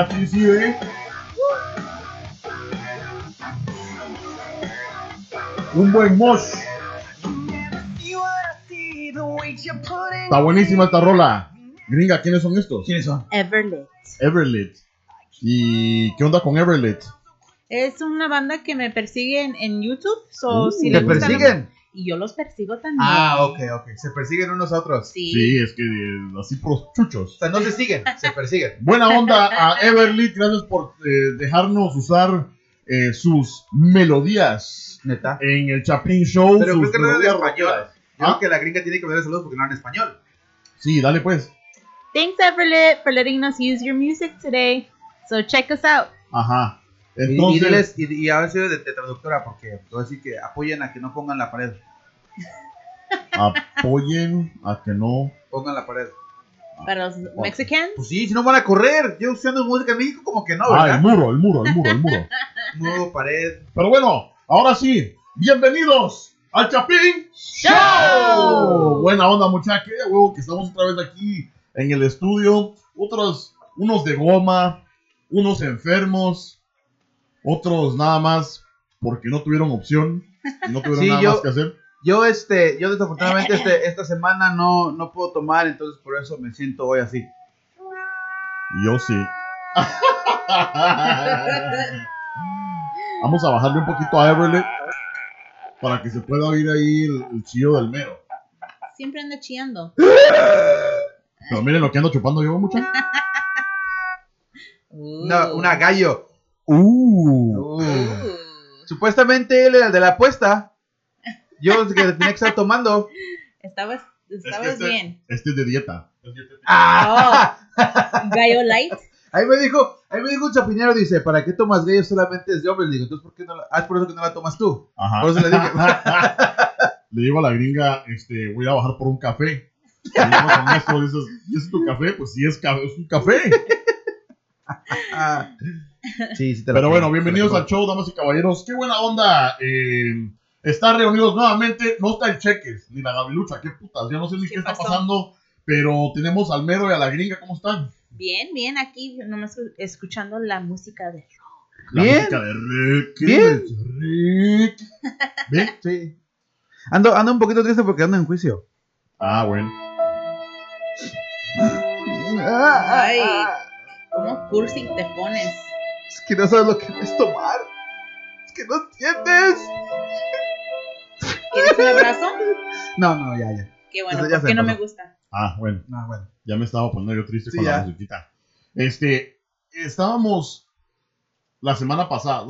sí, Un buen mosh. Está buenísima esta rola. Gringa, ¿quiénes son estos? ¿Quiénes son? Everlit. ¿Y qué onda con Everlit? Es una banda que me persigue en YouTube. Si ¿Te le gustan persiguen? y yo los persigo también. Ah, ok. Se persiguen unos a otros. Sí, es que así por chuchos. O sea, no se siguen, se persiguen. Buena onda a Everlit. Gracias por dejarnos usar sus melodías. Neta. En el Chapin Show. Pero sus creo que no era en melodías español. rockeras. Yo creo que la gringa tiene que ver saludos porque no era en español. Sí, dale pues. Thanks, Everlit, for letting us use your music today. So check us out. Ajá. Entonces, y a ver si de traductora, porque te voy a decir que apoyen a que no pongan la pared. apoyen a que no Pongan la pared. Para los Mexicans. Pues sí, si no van a correr. Yo usando música en México como que no, ¿verdad? el muro. Muro, pared. Pero bueno, ahora sí, bienvenidos al Chapin Show. Buena onda, muchachos, qué huevo que estamos otra vez aquí en el estudio. Unos de goma, unos enfermos, otros nada más porque no tuvieron opción, no tuvieron nada más que hacer. Yo desafortunadamente esta semana no puedo tomar, entonces por eso me siento hoy así. Yo sí. Vamos a bajarle un poquito a Everlet para que se pueda oír ahí el chillo del mero. Siempre anda chillando. Pero miren lo que ando chupando yo, muchachos. Una gallo. Supuestamente él era el de la apuesta. Yo que tenía que estar tomando. Estabas bien. Este es de dieta. Gallo light. Ahí me dijo un chapinero, dice, ¿para qué tomas gallo solamente es de hombre? Le digo, entonces, ¿por qué no la...? Es por eso que no la tomas tú. Ajá. Por eso le dije. Le digo a la gringa, voy a bajar por un café. Y con esto dices, ¿y es tu café? Pues sí, es un café. Sí, pero bueno, bienvenidos al show, damas y caballeros. Qué buena onda. Estar reunidos nuevamente. No está el Cheques, ni la Gabilucha. Qué putas, ya no sé ni qué está pasando. Pero tenemos al mero y a la gringa, ¿cómo están? Bien, aquí nomás escuchando la música de rock. La música de Rick. Bien. ¿Bien? Sí. Ando un poquito triste porque ando en juicio. Ah, bueno. Ay, ¿cómo cursi te pones? Es que no sabes lo que es tomar. Es que no entiendes. ¿Quieres un abrazo? No, ya. Qué bueno, porque no me gusta. Ah, bueno. Ya me estaba poniendo yo triste con la musiquita. Estábamos la semana pasada.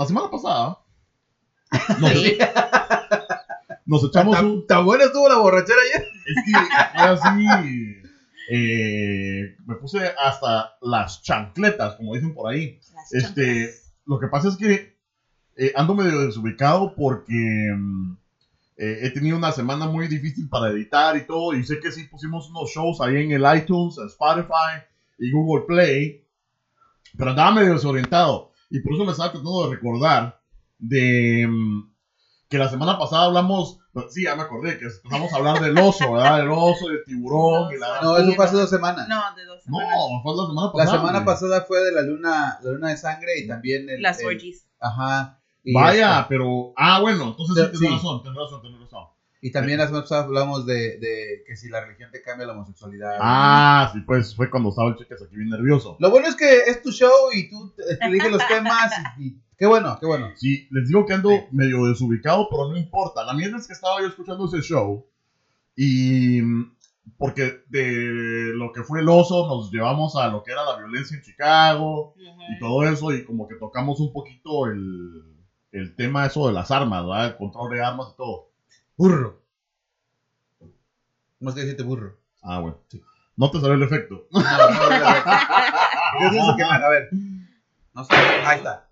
Nos echamos ¿Tan buena estuvo la borrachera ayer? Es que fue así. Me puse hasta las chancletas, como dicen por ahí. Lo que pasa es que ando medio desubicado porque he tenido una semana muy difícil para editar y todo. Y sé que sí pusimos unos shows ahí en el iTunes, Spotify y Google Play. Pero andaba medio desorientado. Y por eso me estaba tratando de recordar de que la semana pasada hablamos. Sí, ya me acordé que empezamos a hablar del oso, ¿verdad? El oso, del tiburón. No, eso fue hace 2 semanas. No, de 2 semanas. No, fue la semana pasada. La semana pasada fue de la luna de sangre y también las orgies. Ajá. Vaya, pero... bueno, entonces sí, tienes razón. Y también la semana pasada hablamos de que si la religión te cambia la homosexualidad. Sí, pues fue cuando estaba el Cheques aquí bien nervioso. Lo bueno es que es tu show y tú eliges los temas y qué bueno. Sí, les digo que ando medio desubicado, pero no importa. La mierda es que estaba yo escuchando ese show y... Porque de lo que fue el oso nos llevamos a lo que era la violencia en Chicago y todo eso, y como que tocamos un poquito el tema eso de las armas, ¿verdad? El control de armas y todo. Burro. ¿Cómo es que decirte burro? Bueno. Sí. No te salió el efecto. No. Yo pienso que, a ver. No sé, ahí está.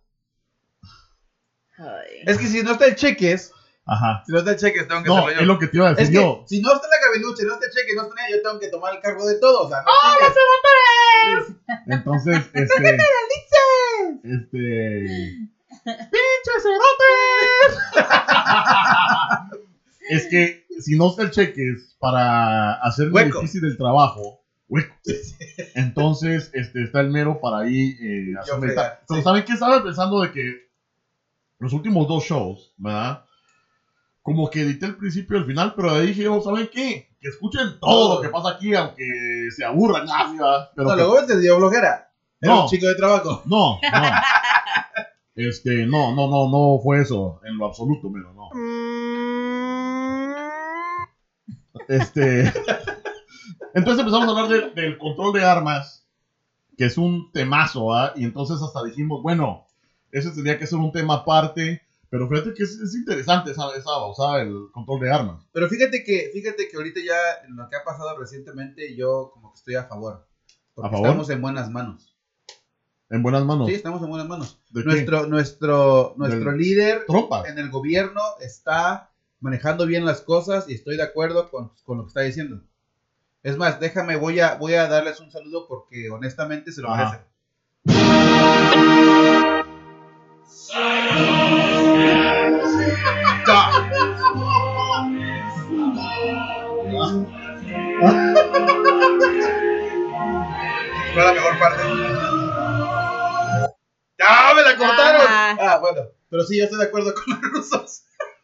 Ay. Es que si no está el Cheques... Ajá. Si no está el Cheques, tengo que hacerlo yo. Es lo que te iba a decir es yo. Que, si no está la Gabilucha, no está el Cheque, no está ella, yo tengo que tomar el cargo de todo, o sea, no ¡Oh, entonces, ¿qué me ¡pinches cerotes! Es que si no está el Cheques para hacerme difícil el trabajo, huecos. Entonces, está el mero para ahí hacer meditar. Pero ¿saben qué? Estaba pensando de que los últimos 2 shows, ¿verdad? Como que edité el principio y el final, pero ahí dije, ¿saben qué? Que escuchen todo lo que pasa aquí, aunque se aburran. Pero no, luego te dio flojera. Era No. un chico de trabajo. No. No fue eso, en lo absoluto, pero no. Entonces empezamos a hablar del control de armas, que es un temazo, ¿ah? Y entonces hasta dijimos, bueno, ese tendría que ser un tema aparte, pero fíjate que es interesante esa bausada, el control de armas. Pero fíjate que ahorita ya en lo que ha pasado recientemente, yo como que estoy a favor. Porque ¿A favor? estamos en buenas manos. ¿En buenas manos? Sí, estamos en buenas manos. ¿De Nuestro Del líder trompas? en el gobierno está manejando bien las cosas y estoy de acuerdo con lo que está diciendo. Es más, déjame, voy a darles un saludo porque honestamente se lo Ajá. merecen. Fue la mejor parte. ¡Ya me la cortaron! Bueno, pero sí, yo estoy de acuerdo con los rusos.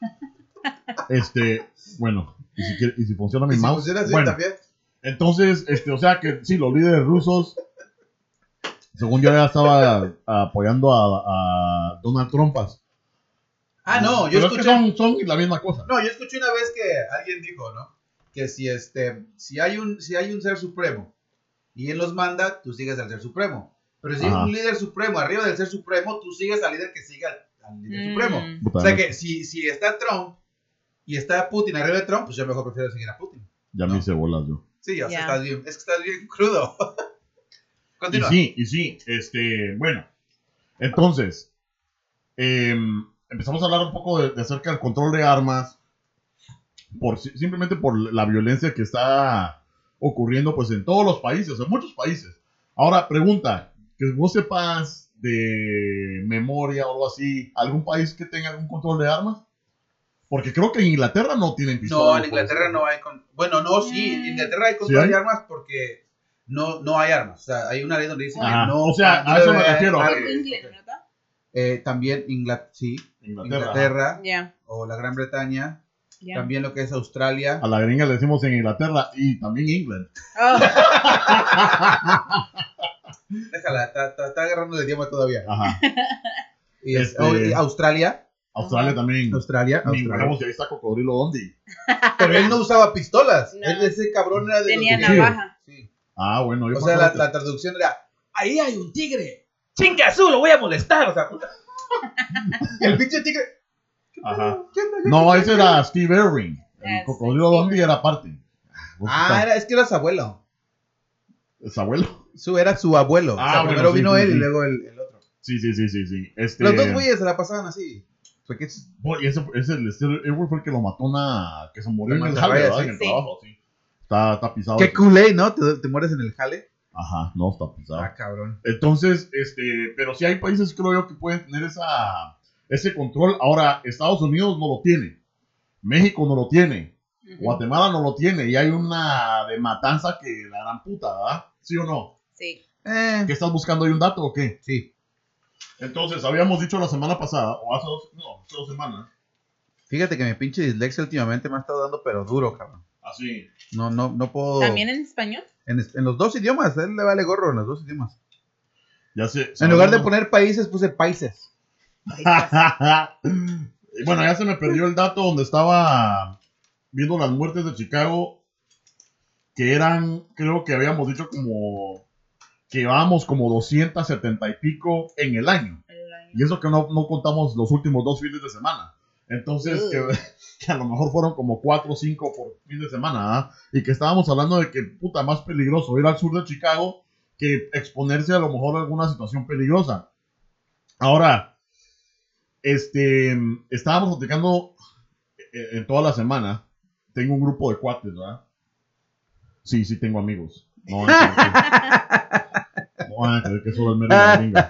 Bueno, y si funciona mi Y si mouse. funciona así Bueno, también. entonces, o sea que sí, los líderes rusos, según yo ya estaba apoyando a Donald Trumpas. No, yo Pero es que escuché. son la misma cosa. No, yo escuché una vez que alguien dijo, ¿no? Que si hay un ser supremo y él los manda, tú sigues al ser supremo. Pero si hay un líder supremo arriba del ser supremo, tú sigues al líder que siga al líder supremo. Puta, O sea que si está Trump y está Putin arriba de Trump, pues yo mejor prefiero seguir a Putin. Ya me hice bolas yo. Sí, o sea, Yeah. es que estás bien crudo. Continúa. Y sí, bueno. Entonces, empezamos a hablar un poco de acerca del control de armas, simplemente por la violencia que está ocurriendo pues en todos los países, en muchos países. Ahora, pregunta, que vos sepas de memoria o algo así, ¿algún país que tenga algún control de armas? Porque creo que en Inglaterra no tienen pistolas. No, en Inglaterra no hay... Bueno, no, sí, en Inglaterra hay control ¿Sí hay? de armas porque no hay armas. O sea, hay una ley donde dice Ajá. que no... O sea, no a eso debe me haber refiero. armas. England, ¿verdad? También Inglaterra Yeah. o la Gran Bretaña. Yeah. También lo que es Australia. A la gringa le decimos en Inglaterra y también England. Oh, Déjala, está agarrando el idioma todavía. Ajá. Y Australia. Australia también. Australia. Ni huevos, y ahí está Cocodrilo Dondi. Pero él no usaba pistolas. No. Ese cabrón era de tenía los de- navaja. Sí. Ah, bueno. Yo O sea, me acuerdo la traducción era: ahí hay un tigre. ¡Chinga azul! Lo voy a molestar. O sea, puta. El pinche tigre. Ajá. ¿Qué onda? No, ese era Steve Irwin. El Sí, Cocodrilo Steve Dondi era parte. Es que era su abuelo. ¿Es abuelo? Era su abuelo. O sea, Bueno, primero sí, vino sí, él sí. y luego el otro. Sí. Los dos güeyes se la pasaban así. O sea, que es- Y ese el Steve Irwin fue el que lo mató que se murió En en el Monterrey, jale, ¿verdad? sí. En el Sí. trabajo, sí. Está pisado. Qué ese. culé, ¿no? Te mueres en el jale. Ajá, no, está pisado. Cabrón. Entonces, pero sí hay países, creo yo, que pueden tener ese control. Ahora, Estados Unidos no lo tiene. México no lo tiene. Guatemala no lo tiene. Y hay una de matanza que la gran puta, ¿verdad? ¿Sí o no? Sí. ¿Qué estás buscando? ¿Hay un dato o qué? Sí. Entonces, habíamos dicho la semana pasada, o hace 2 semanas, Fíjate que mi pinche dislexia últimamente me ha estado dando pero duro, cabrón. así. No puedo... ¿También en español? En los dos idiomas, a él le vale gorro en los dos idiomas. Ya sé. En lugar de poner países, puse países. Bueno, ya se me perdió el dato donde estaba viendo las muertes de Chicago, que eran, creo que habíamos dicho que llevábamos como 270 y pico en el año. Y eso que no contamos los últimos 2 fines de semana. Entonces, que a lo mejor fueron como 4 o 5 por fin de semana, ¿ah? Y que estábamos hablando de que, puta, más peligroso ir al sur de Chicago que exponerse a lo mejor a alguna situación peligrosa. Ahora, estábamos platicando en toda la semana. Tengo un grupo de cuates, ¿verdad? Sí, tengo amigos. No van a creer que solo el mero de la gringa.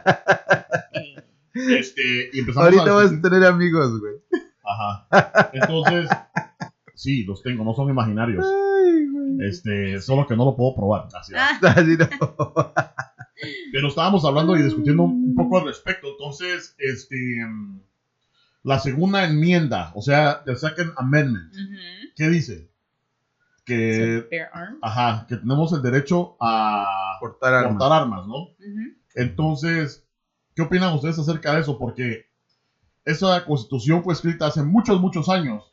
Y empezamos Ahorita a vas discutir. a tener amigos, güey. Ajá. Entonces, sí, los tengo, no son imaginarios. Ay, güey. Solo que no lo puedo probar. Así, Así no. pero estábamos hablando y discutiendo un poco al respecto. Entonces, la segunda enmienda, o sea, the second amendment, ¿qué dice? Que, bear arms. ajá, que tenemos el derecho a Portar armas, ¿no? Entonces, ¿qué opinan ustedes acerca de eso? Porque esa constitución fue escrita hace muchos, muchos años.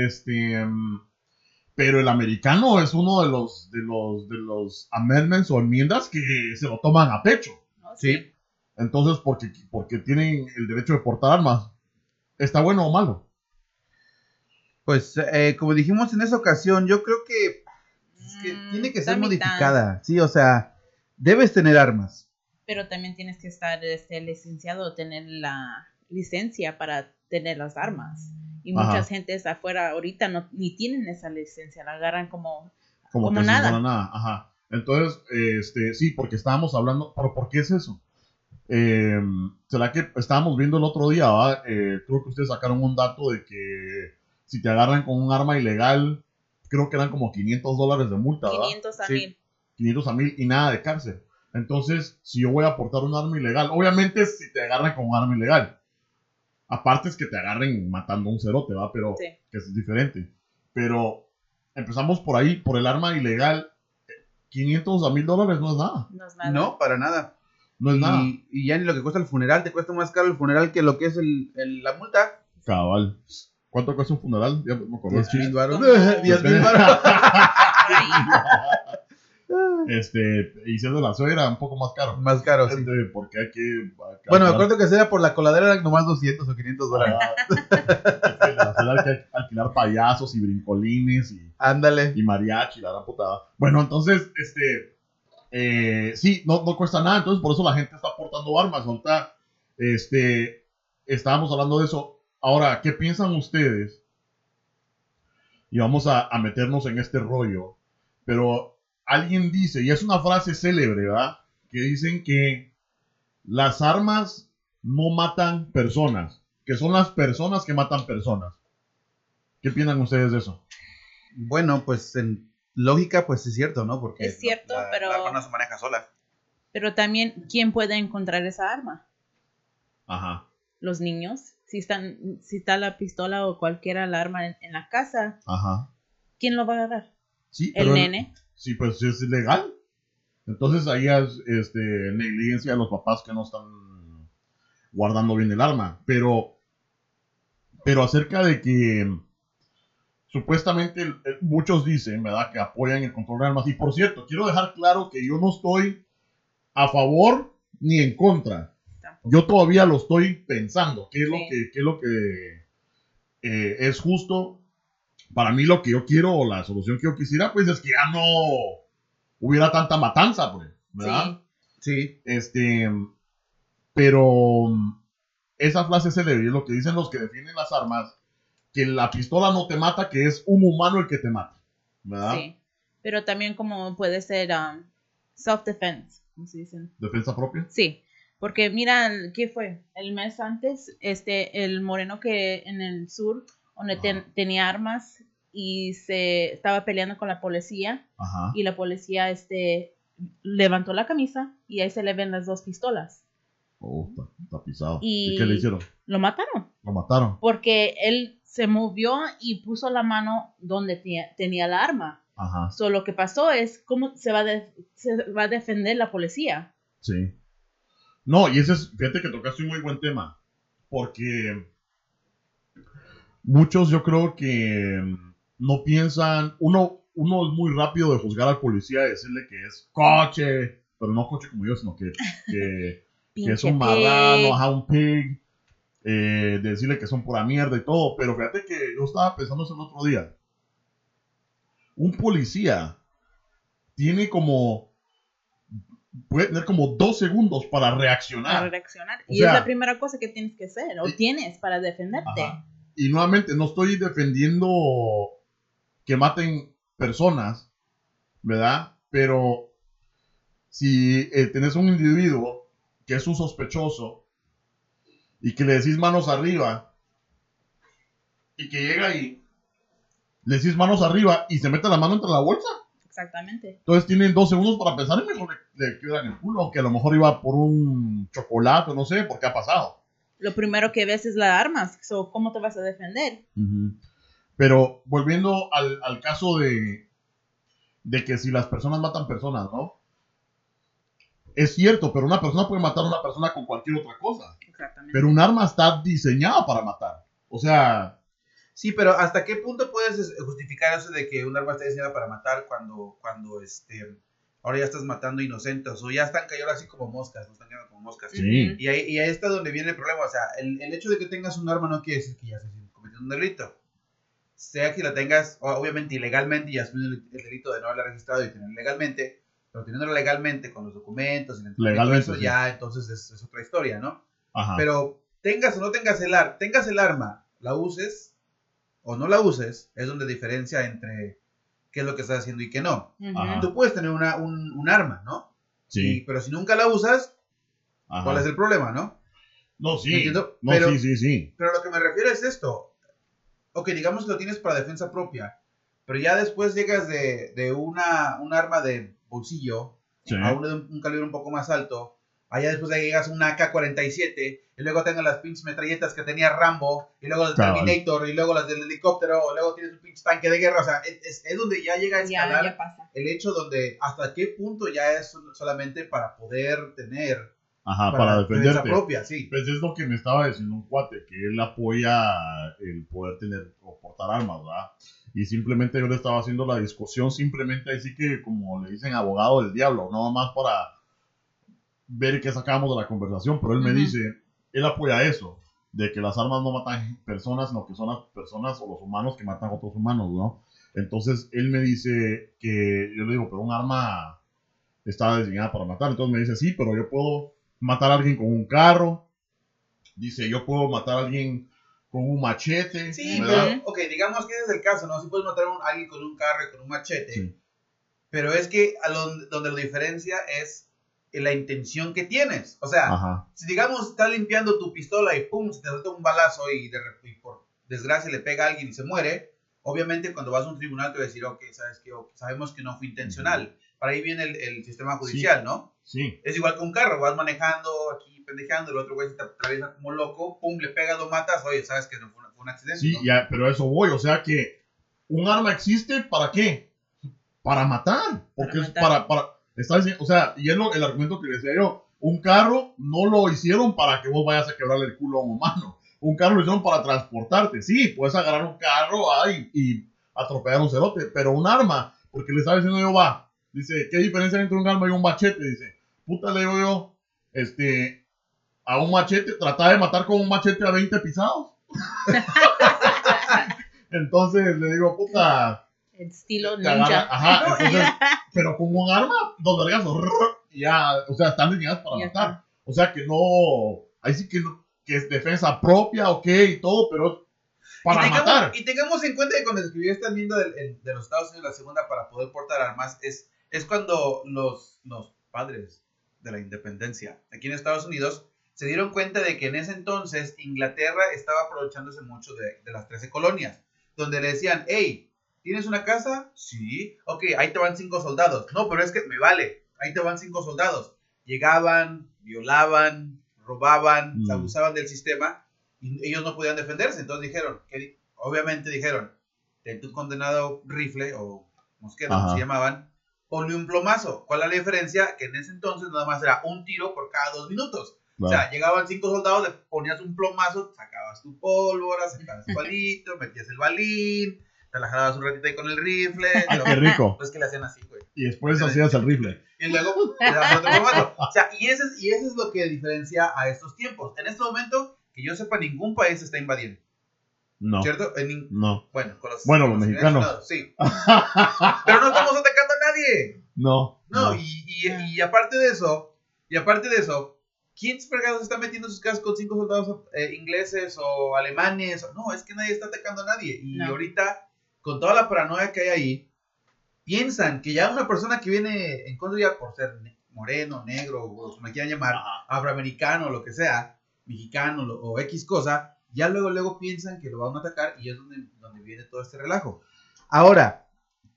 Pero el americano es uno de los amendments o enmiendas que se lo toman a pecho. Sí. Entonces, porque tienen el derecho de portar armas, ¿está bueno o malo? Pues, como dijimos en esa ocasión, yo creo que tiene que ser modificada. Sí, o sea, debes tener armas. Pero también tienes que estar licenciado o tener la licencia para tener las armas. Y muchas gentes afuera ahorita ni tienen esa licencia, la agarran como nada. Si nada. Ajá. Entonces, sí, porque estábamos hablando, pero ¿por qué es eso? ¿Será que estábamos viendo el otro día, ¿va? Creo que ustedes sacaron un dato de que si te agarran con un arma ilegal, creo que eran como $500 de multa, ¿verdad? 500 a 1000. 500 a 1000 y nada de cárcel. Entonces, si yo voy a portar un arma ilegal, obviamente si te agarran con un arma ilegal, aparte es que te agarren matando a un cerote, ¿va? Pero sí, que es diferente. Pero empezamos por ahí, por el arma ilegal, 500 a 1000 dólares no es nada. No es nada. No, para nada. No es nada. Y ya ni lo que cuesta el funeral, te cuesta más caro el funeral que lo que es la multa. Cabal. ¿Cuánto cuesta un funeral? Ya me acuerdo. 10,000 baros. Como- 10,000 baros. Y siendo la suegra, un poco más caro. Más caro, sí. Porque hay que... Bueno, me acuerdo que sea por la coladera eran nomás 200 o 500 dólares. Hay que alquilar payasos y brincolines y Ándale. mariachi, la gran putada. Bueno, entonces, sí, no cuesta nada, entonces por eso la gente está portando armas. Ahorita, estábamos hablando de eso. Ahora, ¿qué piensan ustedes? Y vamos a meternos en este rollo. Pero alguien dice, y es una frase célebre, ¿verdad? Que dicen que las armas no matan personas, que son las personas que matan personas. ¿Qué piensan ustedes de eso? Bueno, pues en lógica, pues es cierto, ¿no? Porque es cierto, pero la arma no se maneja sola. Pero también, ¿quién puede encontrar esa arma? Ajá. Los niños. Si está la pistola o cualquier alarma en la casa, Ajá. ¿quién lo va a agarrar? Sí, ¿El nene? Sí, pues es ilegal. Entonces ahí es negligencia de los papás que no están guardando bien el arma. Pero acerca de que supuestamente muchos dicen, ¿verdad?, que apoyan el control de armas. Y por cierto, quiero dejar claro que yo no estoy a favor ni en contra. Yo todavía lo estoy pensando. ¿Qué es lo que es justo? Para mí lo que yo quiero, o la solución que yo quisiera, pues es que ya no hubiera tanta matanza, pues, ¿verdad? Sí. Pero esa frase célebre es lo que dicen los que defienden las armas, que la pistola no te mata, que es un humano el que te mata, ¿verdad? Sí, pero también como puede ser self-defense, ¿cómo se dice? ¿Defensa propia? Sí, porque mira, ¿qué fue? El mes antes, el moreno que en el sur, donde tenía armas y se estaba peleando con la policía. Ajá. Y la policía levantó la camisa y ahí se le ven las dos pistolas. Oh, está pisado. ¿Y qué le hicieron? Lo mataron. Lo mataron. Porque él se movió y puso la mano donde tenía la arma. Ajá. So, lo que pasó es cómo se va a defender la policía. Sí. No, y fíjate que tocaste un muy buen tema. Porque muchos yo creo que no piensan, uno es muy rápido de juzgar al policía y decirle que es coche, pero no coche como yo, sino que es un marrano, un pig, decirle que son pura mierda y todo. Pero fíjate que yo estaba pensando eso el otro día. Un policía puede tener como 2 segundos para reaccionar. Y es la primera cosa que tienes que hacer, o tienes para defenderte. Ajá. Y nuevamente, no estoy defendiendo que maten personas, ¿verdad? Pero si tenés un individuo que es un sospechoso y que le decís manos arriba y que llega y le decís manos arriba y se mete la mano entre la bolsa. Exactamente. Entonces tienen 2 segundos para pensar y mejor le quedan el culo, aunque a lo mejor iba por un chocolate, no sé, porque ha pasado. Lo primero que ves es las armas, ¿cómo te vas a defender? Pero volviendo al caso de que si las personas matan personas, ¿no? Es cierto, pero una persona puede matar a una persona con cualquier otra cosa. Exactamente. Pero un arma está diseñada para matar. O sea... Sí, pero ¿hasta qué punto puedes justificar eso de que un arma está diseñada para matar cuando ahora ya estás matando inocentes o ya están cayendo así como moscas, no están cayendo como moscas? Sí. Y ahí está donde viene el problema, o sea, el hecho de que tengas un arma no quiere decir que ya estés cometiendo un delito. Sea que la tengas, obviamente, ilegalmente y asumiendo el delito de no haberla registrado y tenerla legalmente, pero teniéndola legalmente con los documentos y legalmente, eso, sí. Ya entonces es otra historia, ¿no? Ajá. Pero tengas o no tengas tengas el arma, la uses o no la uses, es donde diferencia entre qué es lo que estás haciendo y qué no. Ajá. Tú puedes tener un arma, ¿no? Sí. Pero si nunca la usas, Ajá. ¿cuál es el problema, no? No, sí. No, pero, sí. Pero lo que me refiero es esto. Ok, digamos que lo tienes para defensa propia, pero ya después llegas de un arma de bolsillo a uno de un calibre un poco más alto, allá después de llegas a una AK-47, y luego tengas las pinches metralletas que tenía Rambo, y luego el Terminator, y luego las del helicóptero, o luego tienes un pinche tanque de guerra, o sea, es donde ya llega a escalar ya pasa. El hecho donde hasta qué punto ya es solamente para poder tener... Ajá, para defenderte. Propia, sí. Pues es lo que me estaba diciendo un cuate, que él apoya el poder tener o portar armas, ¿verdad? Y simplemente yo le estaba haciendo la discusión, simplemente ahí sí que, como le dicen, abogado del diablo, no más para ver qué sacamos de la conversación, pero él me dice, él apoya eso, de que las armas no matan personas, sino que son las personas o los humanos que matan a otros humanos, ¿no? Entonces él me dice que, yo le digo, pero un arma está diseñada para matar, entonces me dice, sí, pero yo puedo matar a alguien con un carro. Dice, yo puedo matar a alguien con un machete. Sí, pero, ok, digamos que ese es el caso, ¿no? Sí puedes matar a alguien con un carro y con un machete. Sí. Pero es que donde lo diferencia es la intención que tienes. O sea, si digamos estás limpiando tu pistola y pum, se te suelta un balazo y por desgracia le pega a alguien y se muere, obviamente cuando vas a un tribunal te va a decir, ok, sabes que sabemos que no fue intencional. Para ahí viene el sistema judicial, sí. ¿No? Sí. Es igual que un carro, vas manejando aquí pendejeando, el otro güey se te atraviesa como loco, pum, le pegas, lo matas, oye, sabes que no fue un accidente. Sí, ¿no? Ya, pero a eso voy, o sea que un arma existe, ¿para qué? Para matar, porque es para está diciendo, o sea, y es el argumento que decía yo, un carro no lo hicieron para que vos vayas a quebrarle el culo a un humano, un carro lo hicieron para transportarte, sí, puedes agarrar un carro y atropellar un cerote, pero un arma, porque le estaba diciendo yo, dice, ¿qué diferencia entre un arma y un machete? Dice, puta, le digo yo, a un machete, trataba de matar con un machete a 20 pisados. Entonces le digo, puta. El estilo ninja. Ajá, entonces, pero con un arma, dos vergazos, ya, o sea, están diseñadas para matar. Está. O sea que no, ahí sí que no, que es defensa propia, ok, y todo, pero para matar. Y tengamos en cuenta que cuando escribió esta enmienda de los Estados Unidos, la segunda, para poder portar armas, es cuando los padres de la independencia aquí en Estados Unidos se dieron cuenta de que en ese entonces Inglaterra estaba aprovechándose mucho de las 13 colonias, donde le decían, hey, ¿tienes una casa? Sí. Ok, ahí te van 5 soldados. No, pero es que me vale, ahí te van 5 soldados. Llegaban, violaban, robaban, abusaban del sistema y ellos no podían defenderse. Entonces obviamente dijeron, ten tu condenado rifle o mosqueta, como se llamaban, ponle un plomazo. ¿Cuál es la diferencia? Que en ese entonces nada más era un tiro por cada 2 minutos. Claro. O sea, llegaban 5 soldados, le ponías un plomazo, sacabas tu pólvora, sacabas tu palito, metías el balín, te la jalabas un ratito ahí con el rifle. ¡Ay, qué rico! Pues que le hacían así, güey. Y después hacías el rifle. Y luego le das otro plomazo. O sea, y eso es lo que diferencia a estos tiempos. En este momento, que yo sepa, ningún país está invadiendo. No. ¿Cierto? No. Bueno, los mexicanos. Sí. Pero no estamos atacando a nadie. No. Y aparte de eso, ¿quién fregados está metiendo sus casas con 5 soldados ingleses o alemanes? No, es que nadie está atacando a nadie. Y ahorita, con toda la paranoia que hay ahí, piensan que ya una persona que viene en contra ya por ser moreno, negro, o como quieran llamar, afroamericano, lo que sea, mexicano o X cosa, ya luego piensan que lo van a atacar y es donde viene todo este relajo. Ahora,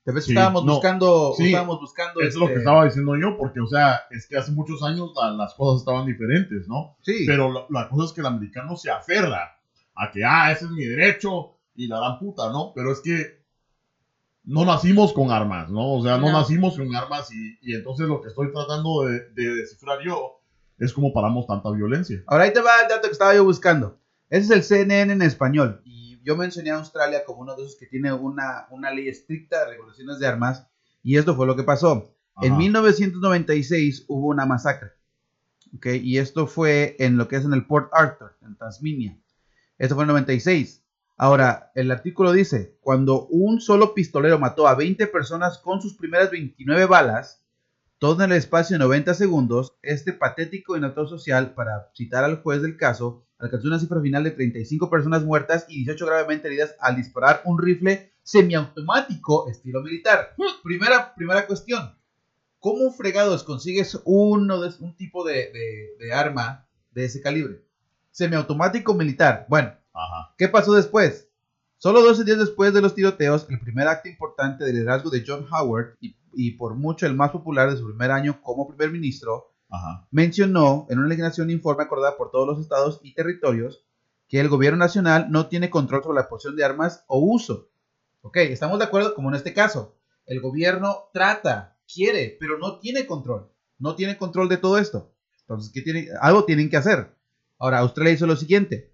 Tal vez estábamos buscando. Es lo que estaba diciendo yo, porque, o sea, es que hace muchos años las cosas estaban diferentes, ¿no? Sí. Pero la cosa es que el americano se aferra a que, ese es mi derecho y la dan puta, ¿no? Pero es que no nacimos con armas, ¿no? O sea, no nacimos con armas y entonces lo que estoy tratando de descifrar yo es cómo paramos tanta violencia. Ahora ahí te va el dato que estaba yo buscando. Ese es el CNN en español. Y yo mencioné a Australia como uno de esos que tiene una ley estricta de regulaciones de armas. Y esto fue lo que pasó. Ajá. En 1996 hubo una masacre. ¿Okay? Y esto fue en lo que es en el Port Arthur, en Tasmania. Esto fue en 96. Ahora, el artículo dice, cuando un solo pistolero mató a 20 personas con sus primeras 29 balas, todo en el espacio de 90 segundos, este patético inacto social, para citar al juez del caso, alcanzó una cifra final de 35 personas muertas y 18 gravemente heridas al disparar un rifle semiautomático estilo militar. Primera cuestión. ¿Cómo fregados consigues un tipo de arma de ese calibre? Semiautomático militar. Bueno, ajá. ¿Qué pasó después? Solo 12 días después de los tiroteos, el primer acto importante del liderazgo de John Howard y por mucho el más popular de su primer año como primer ministro, ajá, mencionó en una legislación informe acordada por todos los estados y territorios que el gobierno nacional no tiene control sobre la posesión de armas o uso. Ok, estamos de acuerdo como en este caso. El gobierno quiere, pero no tiene control. No tiene control de todo esto. Entonces, algo tienen que hacer. Ahora, Australia hizo lo siguiente.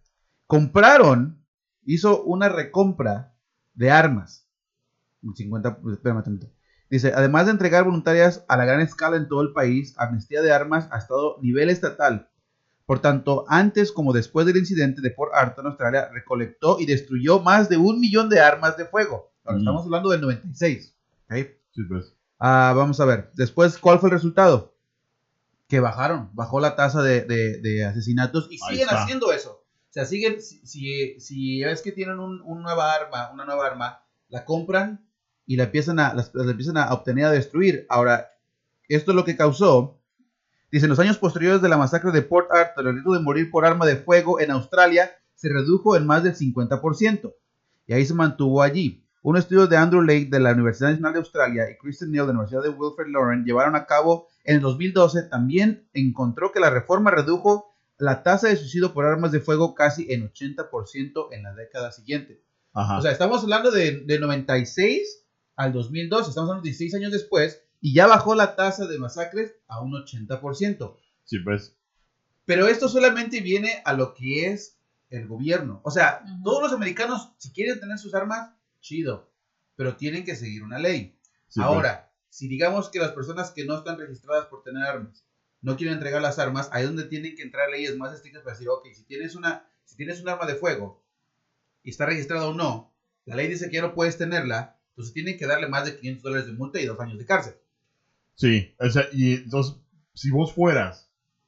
Hizo una recompra de armas. 50, espérame tanto. Dice, además de entregar voluntarias a la gran escala en todo el país, amnistía de armas ha estado a nivel estatal. Por tanto, antes como después del incidente de Port Arthur en Australia, recolectó y destruyó más de 1 millón de armas de fuego. Ahora, estamos hablando del 96. ¿Okay? Sí, pues. Vamos a ver. Después, ¿cuál fue el resultado? Que bajó la tasa de asesinatos y siguen haciendo eso. O sea, siguen, si ves que tienen una nueva arma, la compran y la empiezan a obtener, a destruir. Ahora, esto es lo que causó, dice, en los años posteriores de la masacre de Port Arthur, el riesgo de morir por arma de fuego en Australia se redujo en más del 50%. Y ahí se mantuvo allí. Un estudio de Andrew Lake de la Universidad Nacional de Australia y Kristen Neal de la Universidad de Wilfrid Laurier llevaron a cabo en el 2012, también encontró que la reforma redujo la tasa de suicidio por armas de fuego casi en 80% en la década siguiente. Ajá. O sea, estamos hablando de 96 al 2012, estamos hablando de 16 años después, y ya bajó la tasa de masacres a un 80%. Sí, pues. Pero esto solamente viene a lo que es el gobierno. O sea, todos los americanos, si quieren tener sus armas, chido, pero tienen que seguir una ley. Sí, ahora, si digamos que las personas que no están registradas por tener armas no quieren entregar las armas, ahí es donde tienen que entrar leyes más estrictas para decir, ok, si tienes un arma de fuego y está registrada o no, la ley dice que ya no puedes tenerla, entonces tienen que darle más de $500 de multa y 2 años de cárcel. Sí, o sea, y entonces, si vos fueras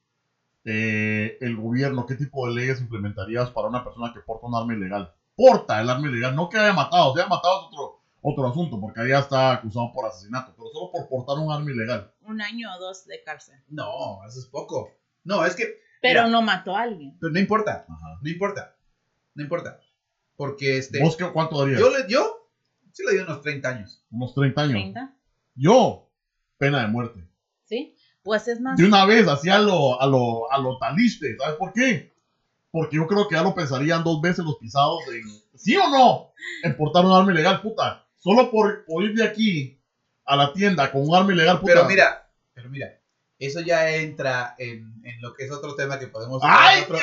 el gobierno, ¿qué tipo de leyes implementarías para una persona que porta un arma ilegal? Porta el arma ilegal, no que haya matado, si haya matado es otro asunto, porque ahí ya está acusado por asesinato, pero solo por portar un arma ilegal. 1 año o 2 de cárcel. No, eso es poco. No, es que... Pero mira, no mató a alguien. Pero no importa, no importa. Porque ¿Vos cuánto darías? Yo sí le di unos 30 años. ¿Unos 30 años? 30. Yo, pena de muerte. ¿Sí? Pues es más... De una vez, así a lo taliste, ¿sabes por qué? Porque yo creo que ya lo pensarían 2 veces los pisados ¿sí o no? En portar un arma ilegal, puta. Solo por ir de aquí a la tienda con un arma ilegal, puta. Pero mira, eso ya entra en lo que es otro tema que podemos ¡ay, en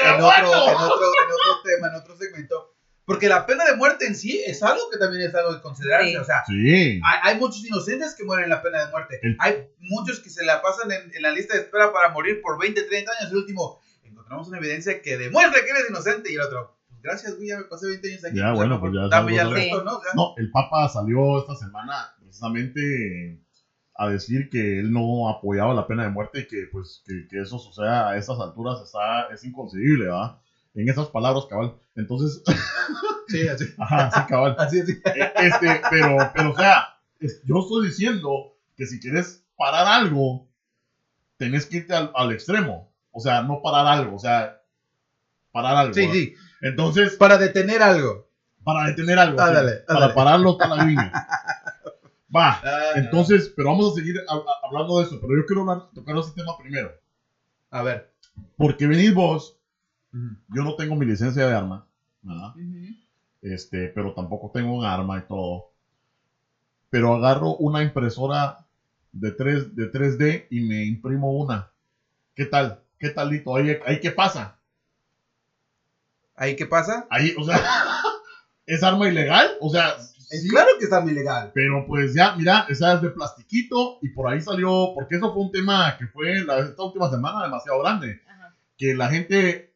otro segmento. Porque la pena de muerte en sí es algo que también es algo de considerarse. Sí. O sea, sí. hay muchos inocentes que mueren en la pena de muerte. Hay muchos que se la pasan en la lista de espera para morir por 20, 30 años. El último, encontramos una evidencia que demuestra que eres inocente. Y el otro, pues gracias, güey, ya me pasé 20 años aquí. Ya, bueno, pues ya. Dame ya el resto, ¿no? O sea, no, el Papa salió esta semana precisamente a decir que él no apoyaba la pena de muerte y que, pues, que eso suceda a estas alturas es inconcebible, ¿verdad? En esas palabras, cabal. Entonces... Sí, así. Ajá, sí, cabal. Así. Pero, o sea, yo estoy diciendo que si quieres parar algo, tenés que irte al extremo. O sea, no parar algo, o sea, parar algo. Sí, sí. Entonces... Para detener algo. Para detener algo. Sí. Dale. Para pararlo hasta la línea. Va, entonces, pero vamos a seguir hablando de eso. Pero yo quiero tocar ese tema primero. A ver. Porque venís vos, yo no tengo mi licencia de arma, ¿verdad? Pero tampoco tengo un arma y todo. Pero agarro una impresora de 3D y me imprimo una. ¿Qué tal? ¿Qué talito? ¿Ahí qué pasa? ¿Ahí qué pasa? Ahí, o sea, ¿es arma ilegal? O sea, sí, claro que está ilegal. Pero pues ya, mira, esa es de plastiquito y por ahí salió, porque eso fue un tema que fue esta última semana demasiado grande. Ajá. Que la gente,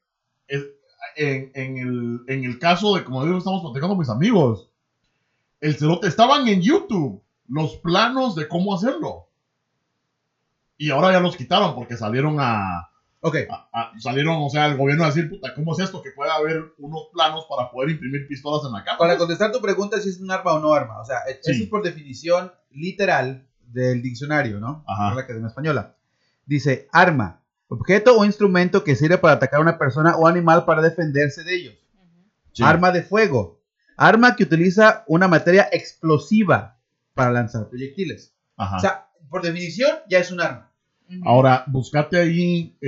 en el caso de, como digo, estamos platicando con mis amigos, el cerote, estaban en YouTube los planos de cómo hacerlo. Y ahora ya los quitaron porque salieron salieron, o sea, el gobierno a decir, puta, ¿cómo es esto? Que puede haber unos planos para poder imprimir pistolas en la casa. Para contestar tu pregunta, si es un arma o no arma. O sea, sí. Eso es por definición literal del diccionario, ¿no? Ajá. De la Academia Española. Dice, arma, objeto o instrumento que sirve para atacar a una persona o animal para defenderse de ellos. Sí. Arma de fuego. Arma que utiliza una materia explosiva para lanzar proyectiles. Ajá. O sea, por definición, ya es un arma. Ahora, buscate ahí,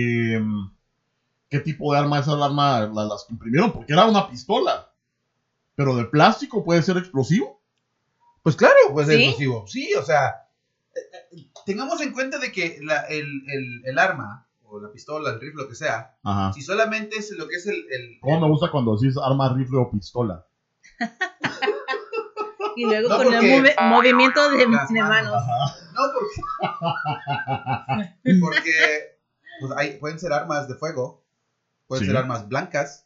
¿qué tipo de arma es el arma las que imprimieron? Porque era una pistola. Pero de plástico, ¿puede ser explosivo? Pues claro, puede ser explosivo. Sí, o sea, tengamos en cuenta de que el arma, o la pistola, el rifle, lo que sea, ajá, si solamente es lo que es ¿Cómo me gusta cuando decís arma, rifle o pistola? Y luego con el movimiento de manos. Ajá. No, porque pues pueden ser armas de fuego, pueden ser armas blancas,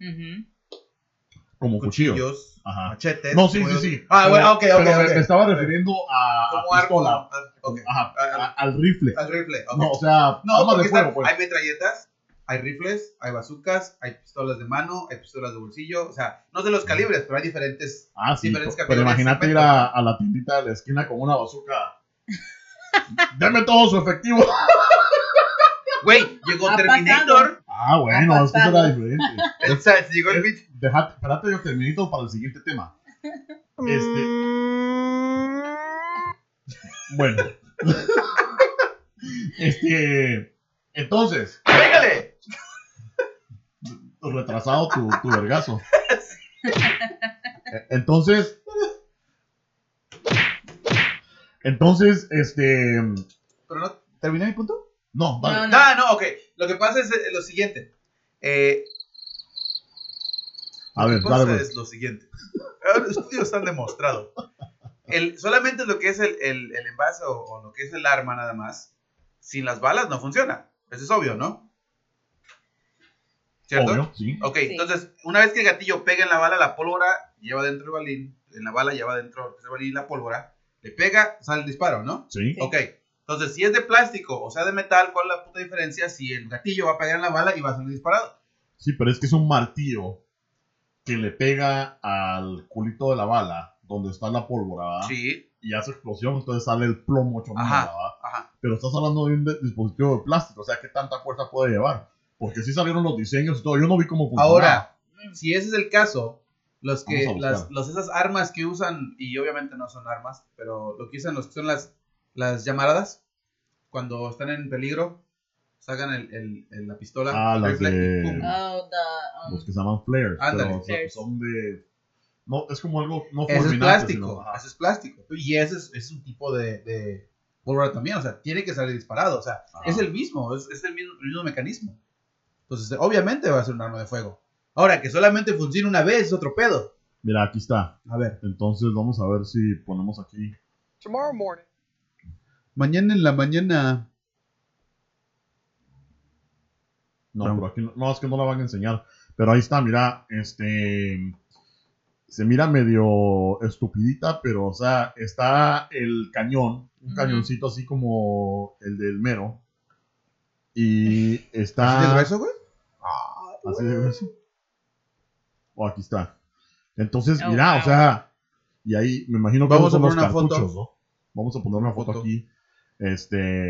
como cuchillos, machetes. No, sí. Bueno, ok. Me estaba refiriendo a pistola. Al rifle. Al rifle, ok. No, o sea, armas de fuego, pues. Hay metralletas, hay rifles, hay bazucas, hay pistolas de mano, hay pistolas de bolsillo, o sea, no sé los calibres, pero hay diferentes categorías. Pero imagínate ir a la tiendita de la esquina con una bazuca. Deme todo su efectivo. Güey, llegó Terminator. Bueno, es que eso era diferente. Llegó el bicho. Espérate, yo Terminator para el siguiente tema. Bueno. Entonces. ¡Pégale! Retrasado tu vergazo. Entonces, ¿Pero no terminé mi punto? No, vale. No, ok. Lo que pasa es lo siguiente. Es lo siguiente. Los estudios están demostrados. Solamente lo que es el envase o lo que es el arma nada más, sin las balas no funciona. Eso es obvio, ¿no? ¿Cierto? Obvio, sí. Ok, sí. Entonces, una vez que el gatillo pega en la bala, la pólvora lleva dentro el balín. En la bala lleva dentro el balín la pólvora. Le pega, sale el disparo, ¿no? Sí. Ok. Entonces, si es de plástico o sea de metal, ¿cuál es la puta diferencia? Si el gatillo va a pegar en la bala y va a salir disparado. Sí, pero es que es un martillo que le pega al culito de la bala, donde está la pólvora, ¿verdad? Sí. Y hace explosión, entonces sale el plomo hecho mierda, ¿verdad? Ajá. Pero estás hablando de un dispositivo de plástico, o sea, ¿qué tanta fuerza puede llevar? Porque sí salieron los diseños y todo, yo no vi cómo funcionaba. Ahora, si ese es el caso, esas armas que usan, y obviamente no son armas, pero lo que usan los que son las llamaradas, cuando están en peligro, sacan la pistola, el rifle y ¡pum! Los que se llaman flares. Ándale. Pero son de... No, es como algo no ese fulminante. Ese es plástico. Y ese es un tipo de pólvora también, o sea, tiene que salir disparado, o sea, es el mismo, es el mismo mecanismo. Entonces, obviamente va a ser un arma de fuego. Ahora, que solamente funcione una vez es otro pedo. Mira, aquí está. A ver. Entonces, vamos a ver si ponemos aquí. Tomorrow morning. Mañana en la mañana. No, pero aquí no, es que no la van a enseñar. Pero ahí está, mira, se mira medio estupidita, pero, o sea, está el cañón, un cañoncito así como el del Mero. Y está... ¿Así de grueso, güey? Así de grueso. Aquí está. Entonces, mira, o sea, y ahí me imagino que vamos a son poner los una cartuchos, foto. ¿no? Vamos a poner una foto aquí. Pues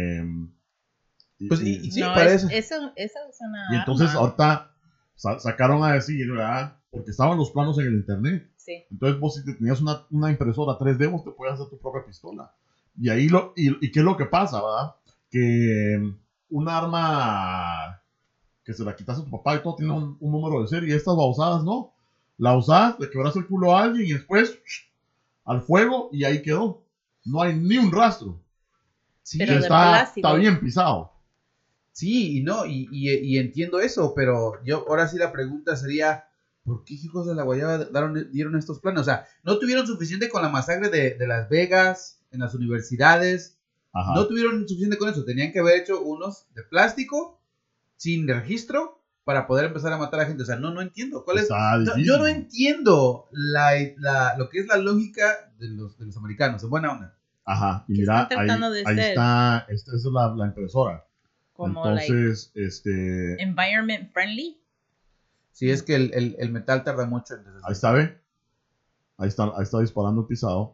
sí, no, parece. Eso es una y entonces arma. ahorita sacaron a decir, ¿verdad? Porque estaban los planos en el internet. Sí. Entonces vos si tenías una impresora 3D, vos te puedes hacer tu propia pistola. Y ahí ¿y qué es lo que pasa, verdad? Que un arma que se la quitas a tu papá y todo tiene un número de serie, y estas babosadas no. La usas, le quebras el culo a alguien y después al fuego y ahí quedó. No hay ni un rastro. Sí, pero está bien pisado. Sí, y no, y entiendo eso, pero yo ahora sí la pregunta sería, ¿por qué hijos de la guayaba dieron estos planes? O sea, ¿no tuvieron suficiente con la masacre de Las Vegas, en las universidades? Ajá. No tuvieron suficiente con eso, tenían que haber hecho unos de plástico, sin registro, para poder empezar a matar a gente. O sea, no entiendo. ¿Cuál es? Yo no entiendo lo que es la lógica de los americanos, en buena onda. Ajá, y mira, ahí está, esta es la impresora. Como entonces, environment friendly. Sí, es que el metal tarda mucho en deshacerse. Ahí está, ¿ve? Ahí está disparando pisado.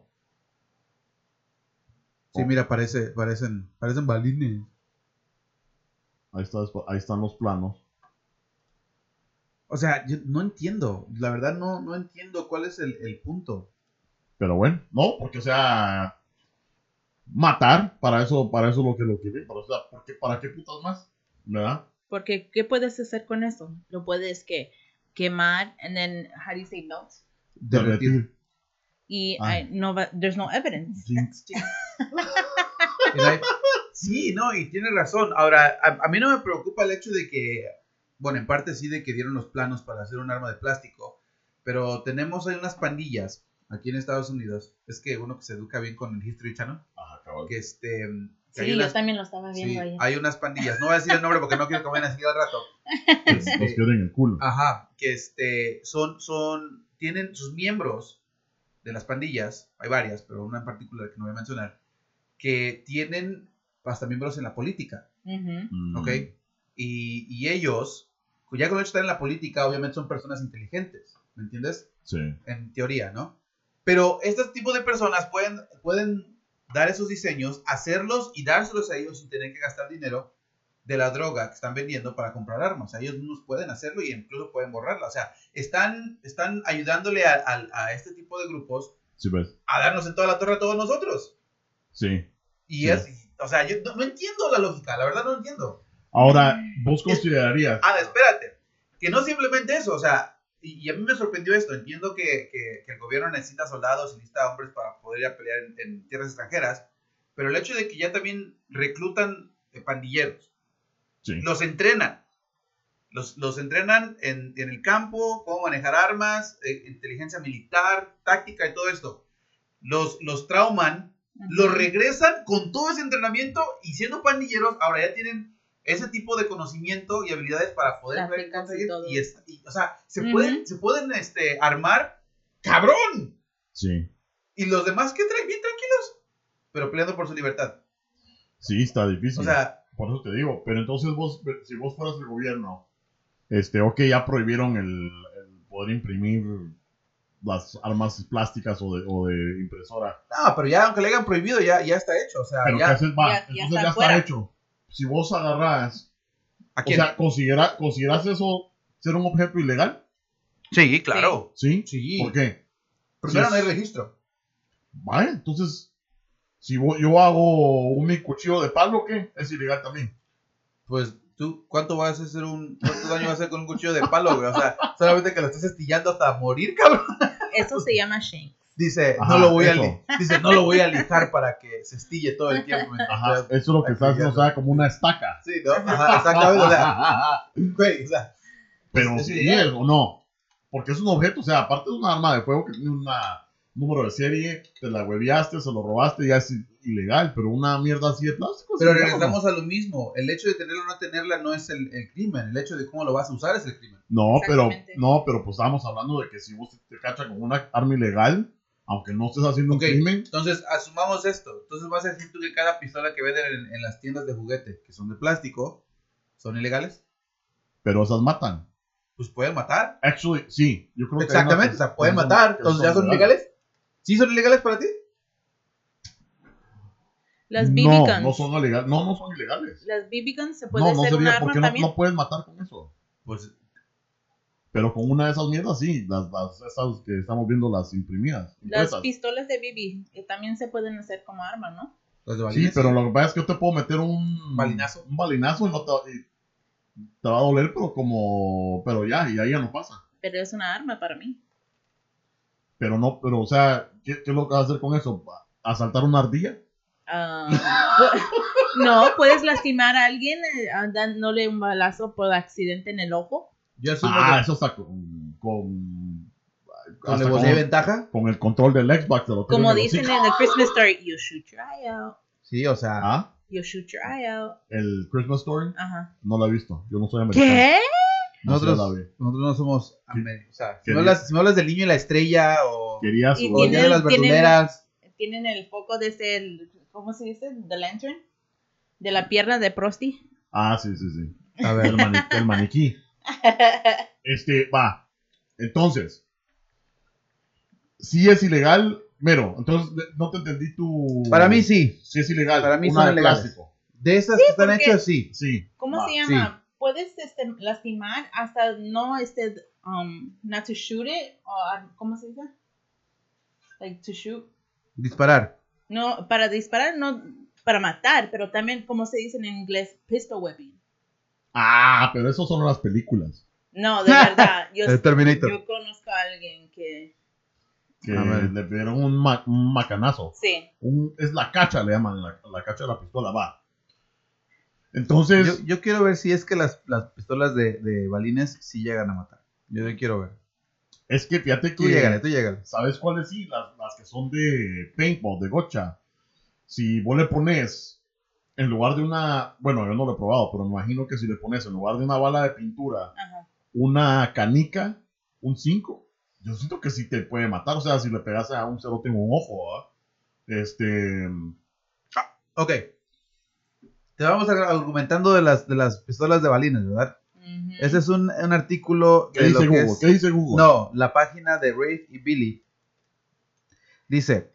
Sí, mira, parecen balines. Ahí están los planos. O sea, yo no entiendo. La verdad no entiendo cuál es el punto. Pero bueno, no, porque o sea, matar, para eso es lo que ve. O sea, ¿para qué putas más? ¿Verdad? Porque, ¿qué puedes hacer con eso? Lo puedes quemar, and then, how do you say melt? Derretir. Y there's no evidence. Sí, no, y tienes razón. Ahora, a mí no me preocupa el hecho de que, bueno, en parte sí de que dieron los planos para hacer un arma de plástico, pero hay unas pandillas aquí en Estados Unidos. Es que uno que se educa bien con el History Channel. Ajá, cabrón. Que sí, yo también lo estaba viendo ahí. Hay unas pandillas, no voy a decir el nombre porque no quiero que vayan a seguir al rato. Los quieren el culo. Ajá, que tienen sus miembros de las pandillas, hay varias, pero una en particular que no voy a mencionar, que tienen hasta miembros en la política, ¿ok? Y ellos, ya con el hecho de estar en la política, obviamente son personas inteligentes, ¿me entiendes? Sí. En teoría, ¿no? Pero estos tipos de personas pueden dar esos diseños, hacerlos y dárselos a ellos sin tener que gastar dinero de la droga que están vendiendo para comprar armas. Ellos mismos pueden hacerlo y incluso pueden borrarla. O sea, están ayudándole a este tipo de grupos, sí, pues, a darnos en toda la torre a todos nosotros. Sí. Y sí. O sea, yo no entiendo la lógica, la verdad no entiendo. Ahora, vos considerarías... espérate, que no simplemente eso, o sea, y a mí me sorprendió esto. Entiendo que el gobierno necesita soldados y necesita hombres para poder ir a pelear en tierras extranjeras, pero el hecho de que ya también reclutan pandilleros, sí, los entrenan, los entrenan en el campo, cómo manejar armas, inteligencia militar, táctica y todo esto, los trauman, los regresan con todo ese entrenamiento y siendo pandilleros, ahora ya tienen ese tipo de conocimiento y habilidades para poder conseguir o sea, se pueden armar cabrón. Sí. Y los demás que traen bien tranquilos, pero peleando por su libertad. Sí, está difícil. O sea, por eso te digo, pero entonces si vos fueras el gobierno, ok, ya prohibieron el poder imprimir las armas plásticas o de impresora. No, pero ya aunque le hayan prohibido, ya está hecho. O sea, pero entonces ya está hecho. Si vos agarrás, ¿a quién? O sea, ¿considerás eso ser un objeto ilegal? Sí, claro. ¿Sí? Sí. ¿Por qué? Primero no hay registro. Vale, entonces, si yo hago un cuchillo de palo, ¿qué? Es ilegal también. Pues, ¿cuánto daño vas a hacer con un cuchillo de palo, güey? O sea, solamente que lo estés estillando hasta morir, cabrón. Eso se llama shank. Dice, no lo voy a lijar para que se estille todo el tiempo. Ajá, eso es lo que estás haciendo, o sea, como una estaca. Sí, ¿no? Ajá, exactamente, o sea, güey, o sea. Pero si es o no, porque es un objeto, o sea, aparte de un arma de fuego que tiene un número de serie, te la hueveaste, se lo robaste, ya es ilegal, pero una mierda así de plástico. Pero regresamos a lo mismo, el hecho de tenerla o no tenerla no es el crimen, el hecho de cómo lo vas a usar es el crimen. No, pero pues estábamos hablando de que si vos te cachas con una arma ilegal, aunque no estés haciendo un crimen. Entonces, asumamos esto. Entonces, ¿vas a decir tú que cada pistola que venden en las tiendas de juguete, que son de plástico, son ilegales? Pero esas matan. Pues pueden matar. Actually, sí. Yo creo exactamente, o sea, pueden matar. Entonces, ¿ya son ilegales? ¿Sí son ilegales para ti? Las BB guns. No son ilegales. No son ilegales. Las BB guns se puede hacer un arma porque también. No pueden matar con eso. Pues... Pero con una de esas mierdas, sí, esas que estamos viendo, las imprimidas. Las pistolas de BB, que también se pueden hacer como arma, ¿no? Sí, pero lo que pasa es que yo te puedo meter un balinazo y no te va a doler, pero ya, y ahí ya no pasa. Pero es una arma para mí. Pero, o sea, ¿qué es lo que vas a hacer con eso? ¿Asaltar una ardilla? No, puedes lastimar a alguien dándole un balazo por accidente en el ojo. Eso está ¿Con de ventaja? Con el control del Xbox. Como dicen en el Christmas Story, you shoot your eye out. Sí, o sea. You shoot your eye out. ¿El Christmas Story? Ajá. No la he visto. Yo no soy americano. ¿Qué? Nosotros no somos americanos. O sea, si me hablas del niño y la estrella o de las verduleras. Tienen el foco de ¿cómo se dice? The lantern. De la pierna de Frosty. Sí. A ver, el maniquí. Va. Entonces, si es ilegal, Mero, entonces no te entendí tu... Para mí sí. Sí es ilegal. Para mí son ilegales. Plástico. De esas que están hechas, sí. ¿Cómo se llama? Sí. Puedes lastimar hasta not to shoot it, o ¿cómo se dice? Like to shoot. Disparar. No, para disparar, no para matar, pero también, como se dice en inglés, pistol whipping. Pero eso son las películas. No, de verdad. Yo conozco a alguien que le dieron un macanazo. Sí. Es la cacha, le llaman, la cacha de la pistola, va. Entonces... Yo quiero ver si es que las pistolas de balines sí llegan a matar. Yo quiero ver. Es que fíjate que... Tú llégale. ¿Sabes cuáles sí? Las que son de paintball, de gocha. Si vos le pones, en lugar de una... Bueno, yo no lo he probado, pero me imagino que si le pones en lugar de una bala de pintura, una canica, un 5, yo siento que sí te puede matar. O sea, si le pegas a un cerote en un ojo, Ok. Te vamos argumentando de las pistolas de balines, ¿verdad? Uh-huh. Ese es un artículo de lo que es... ¿Qué dice Google? No, la página de Rafe y Billy. Dice...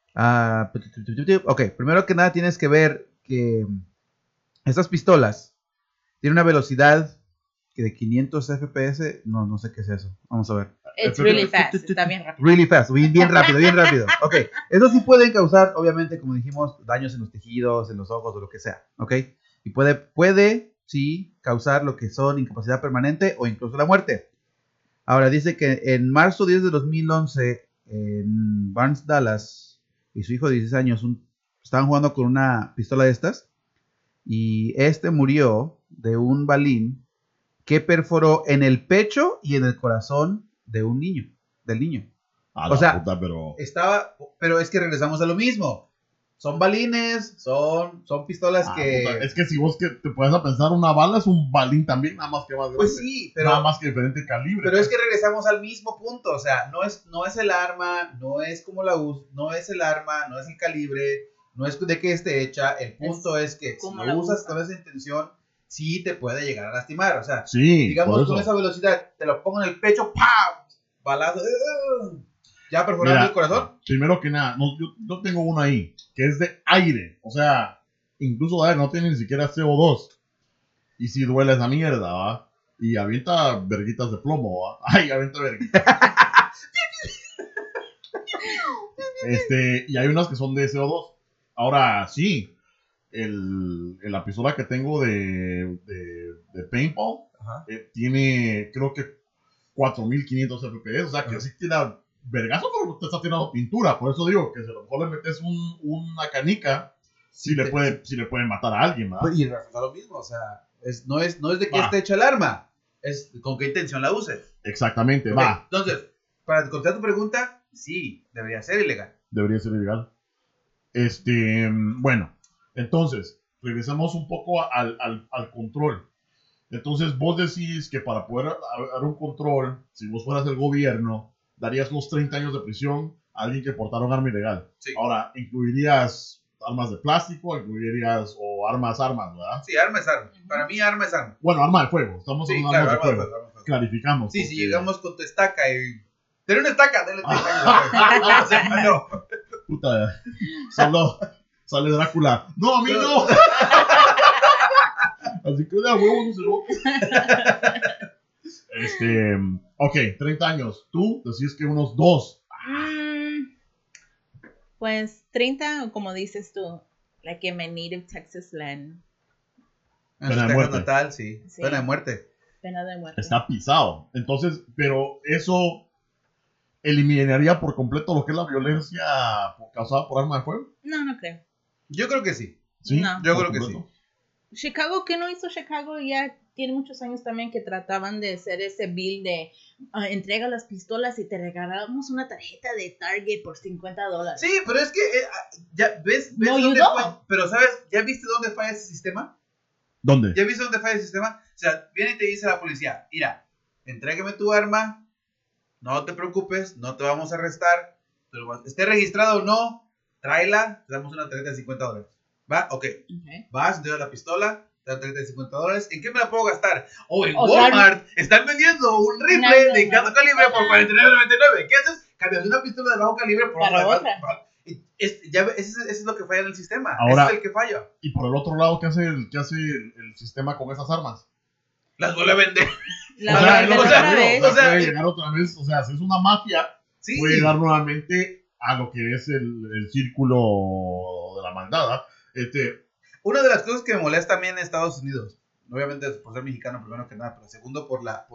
ok, primero que nada tienes que ver que estas pistolas tienen una velocidad que de 500 FPS, no sé qué es eso. Vamos a ver. It's really fast, está bien rápido. Really fast, bien rápido. Ok, eso sí pueden causar, obviamente, como dijimos, daños en los tejidos, en los ojos o lo que sea. Ok, y puede sí causar lo que son incapacidad permanente o incluso la muerte. Ahora dice que en marzo 10 de 2011 en Barnes, Dallas, y su hijo de 16 años estaban jugando con una pistola de estas y murió de un balín que perforó en el pecho y en el corazón del niño. O sea, puta, pero es que regresamos a lo mismo. Son balines, son pistolas que... Puta, es que si vos que te puedes pensar, una bala es un balín también, nada más que más grande. Pues sí, pero... Nada más que diferente calibre. Pero es que regresamos al mismo punto, o sea, no es el arma, no es como la usa, no es el arma, no es el calibre, no es de qué esté hecha, el punto es que si lo usas con esa intención, sí te puede llegar a lastimar, o sea, sí, digamos con esa velocidad, te lo pongo en el pecho, ¡pam! Balazo, ¿ya perforando el corazón? Primero que nada, yo tengo una ahí, que es de aire, o sea, incluso no tiene ni siquiera CO2, y si duele esa mierda, ¿va? Y avienta verguitas de plomo, ¿va? Ay, avienta verguitas. Y hay unas que son de CO2. Ahora, sí, la pistola que tengo de paintball tiene, creo que 4500 FPS, o sea, que sí tira vergazo, pero te está tirando pintura. Por eso digo que si a lo mejor le metes una canica, sí le puede matar a alguien, ¿verdad? Y refleja lo mismo, o sea, no es de que esté hecha el arma, es con qué intención la uses. Exactamente, okay. Va. Entonces, para contestar tu pregunta, sí, debería ser ilegal. Debería ser ilegal. Bueno, entonces, regresamos un poco al control. Entonces, vos decís que para poder dar un control, si vos fueras el gobierno, darías los 30 años de prisión a alguien que portara un arma ilegal. Sí. Ahora, ¿incluirías armas de plástico? ¿Incluirías armas, ¿verdad? Sí, arma es arma. Para mí, arma es arma. Bueno, arma de fuego. Estamos hablando de armas de fuego. Arma de fuego. Clarificamos. Sí, porque... si llegamos con tu estaca y... ¡Ten una estaca! ¡Dale 30 años! No. Puta, sale Drácula. ¡No, a mí no! Así que de huevo no se lo... Ok, 30 años. Tú decís que unos 2. Pues 30, o como dices tú, like in my native Texas land. En su Texas natal, sí. Pena de muerte. Pena de muerte. Está pisado. Entonces, pero eso eliminaría por completo lo que es la violencia causada por arma de fuego. No creo. Yo creo que sí. ¿Sí? No. Yo creo que sí. Chicago, ¿qué no hizo Chicago? Ya tiene muchos años también que trataban de hacer ese bill de entrega las pistolas y te regalamos una tarjeta de Target por $50. Sí, pero es que ya ves no dónde ayudó. falla. Pero ¿sabes? ¿Ya viste dónde falla ese sistema? ¿Dónde? ¿Ya viste dónde falla el sistema? O sea, viene y te dice la policía, mira, entrégame tu arma, no te preocupes, no te vamos a arrestar, esté registrado o no, tráela, te damos una tarjeta de $50. ¿Va? Ok. Vas, te das la pistola, te dan tarjeta de $50. ¿En qué me la puedo gastar? En Walmart están vendiendo un rifle de alto calibre por $49.99. ¿Qué haces? Cambias una pistola de bajo calibre por otra. Eso es lo que falla en el sistema. Ahora, ese es el que falla. Y por el otro lado, ¿qué hace el sistema con esas armas? Las vuelve a vender. Puede llegar otra vez. O sea, si es una mafia, sí, puede llegar nuevamente a lo que es el círculo de la maldad. Una de las cosas que me molesta también en Estados Unidos, obviamente por ser mexicano primero que nada, pero segundo por la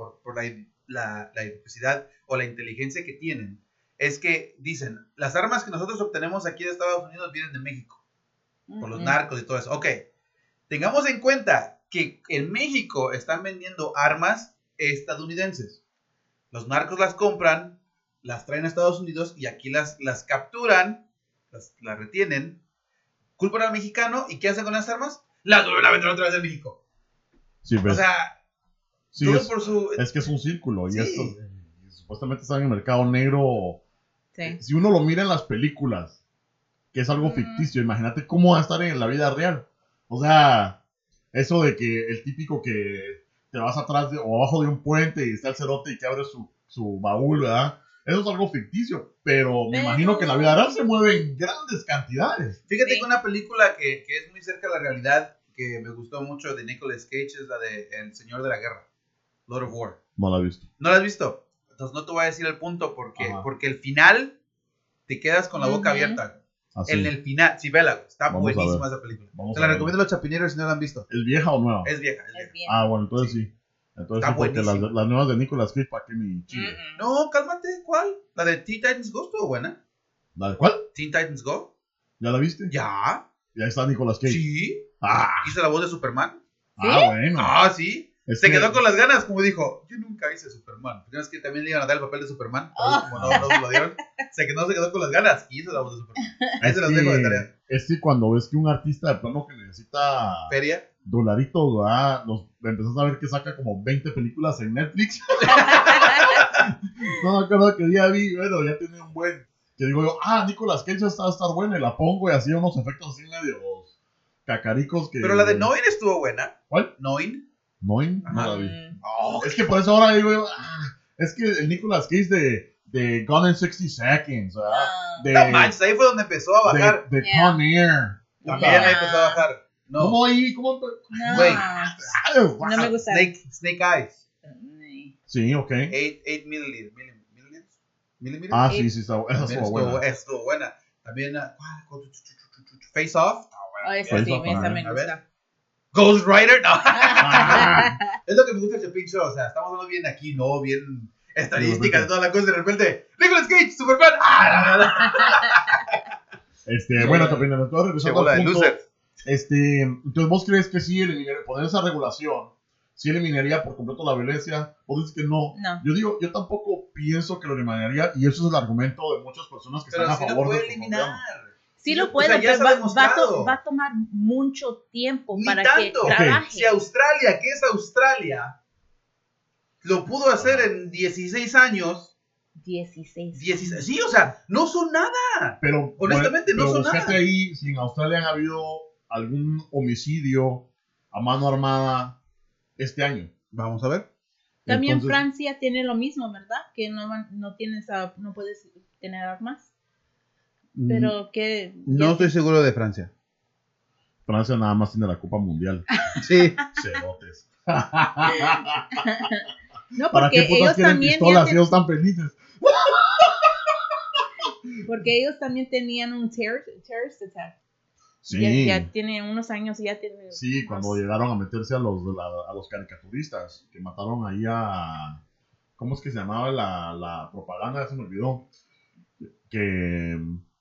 diversidad o la inteligencia que tienen, es que dicen, las armas que nosotros obtenemos aquí de Estados Unidos vienen de México, por los narcos y todo eso. Ok, tengamos en cuenta que en México están vendiendo armas estadounidenses. Los narcos las compran, las traen a Estados Unidos y aquí las capturan, las retienen, culpan al mexicano y ¿qué hacen con las armas? Las vuelven a vender otra vez en México. Sí, pues, o sea, sí, todo por su... Es que es un círculo sí. y esto supuestamente está en el mercado negro. Sí. Si uno lo mira en las películas, que es algo ficticio, imagínate cómo va a estar en la vida real. O sea, eso de que el típico que te vas atrás o abajo de un puente y está el cerote y que abre su baúl, ¿verdad? Eso es algo ficticio, pero me imagino que en la vida real se mueven grandes cantidades. Fíjate que una película que es muy cerca de la realidad, que me gustó mucho de Nicolas Cage, es la de El Señor de la Guerra, Lord of War. No la he visto. ¿No la has visto? Entonces no te voy a decir el punto porque el final te quedas con la boca abierta. Así. En el final, sí, vela, está buenísima esa película. Te la recomiendo a los chapineros si no la han visto. ¿Es vieja o nueva? Es vieja. Ah, bueno, entonces sí. Entonces sí, porque las nuevas de Nicolas Cage, ¿para qué mi chile? No, cálmate, ¿cuál? ¿La de Teen Titans Go estuvo buena? ¿La de cuál? Teen Titans Go. ¿Ya la viste? Ya. Y ahí está Nicolas Cage. Sí. Ah. Hizo la voz de Superman. ¿Sí? Ah, bueno. Ah, sí. Se que... quedó con las ganas, como dijo, yo nunca hice Superman. ¿No es que también le iban a dar el papel de Superman? Como no se lo dieron. Se quedó con las ganas y hizo la voz de Superman. Ahí se las dejo de tarea. Es que cuando ves que un artista de plano que necesita feria, dolaritos, ¿verdad? Empezás a ver que saca como 20 películas en Netflix. No me acuerdo que día vi, bueno, ya tiene un buen, que digo yo, Nicolas Cage está a estar buena y la pongo y hacía unos efectos así medio cacaricos que... Pero la de Noin estuvo buena. ¿Cuál? Noin. No la vi. Es que por eso ahora digo yo, es que el Nicolas Cage de Gone in 60 Seconds, ¿verdad? No manches, ahí fue donde empezó a bajar. De Con Air. También ahí empezó a bajar. No. ¿Cómo ahí? ¿Cómo? No me gusta. Snake Eyes. Sí, ok. 8 mililiters. Sí, esa estuvo buena. Estuvo buena. También, Face Off. Esa sí, esa me gusta. Ghost Rider, no. Es lo que me gusta el Chapin Show. O sea, estamos hablando bien aquí, ¿no? Bien estadísticas y toda la cosa. De repente, Nicolas Cage, Superman. Bueno, Chapin, entonces regresando al punto. Entonces, ¿vos crees que sí poner esa regulación sí eliminaría por completo la violencia? ¿O dices que no? No. Yo tampoco pienso que lo eliminaría, y eso es el argumento de muchas personas que están a favor de eliminar. Sí lo puede, pero va a tomar mucho tiempo para que trabaje. Si Australia, ¿qué es Australia? Lo pudo hacer en 16 años. 16. Sí, o sea, no son nada. Pero honestamente no son nada. Ahí, si en Australia han habido algún homicidio a mano armada este año. Vamos a ver. También entonces, Francia tiene lo mismo, ¿verdad? Que no puedes tener armas. Pero que... No estoy seguro de Francia. Francia nada más tiene la Copa Mundial. Sí. Cerotes. No, ¿Para qué porque putas ellos quieren también pistolas si ellos están felices? Porque ellos también tenían un terrorist attack. Sí. Ya tiene unos años y ya tiene... Sí, cuando llegaron a meterse a los caricaturistas, que mataron ahí a... ¿Cómo es que se llamaba la propaganda? Se me olvidó. Que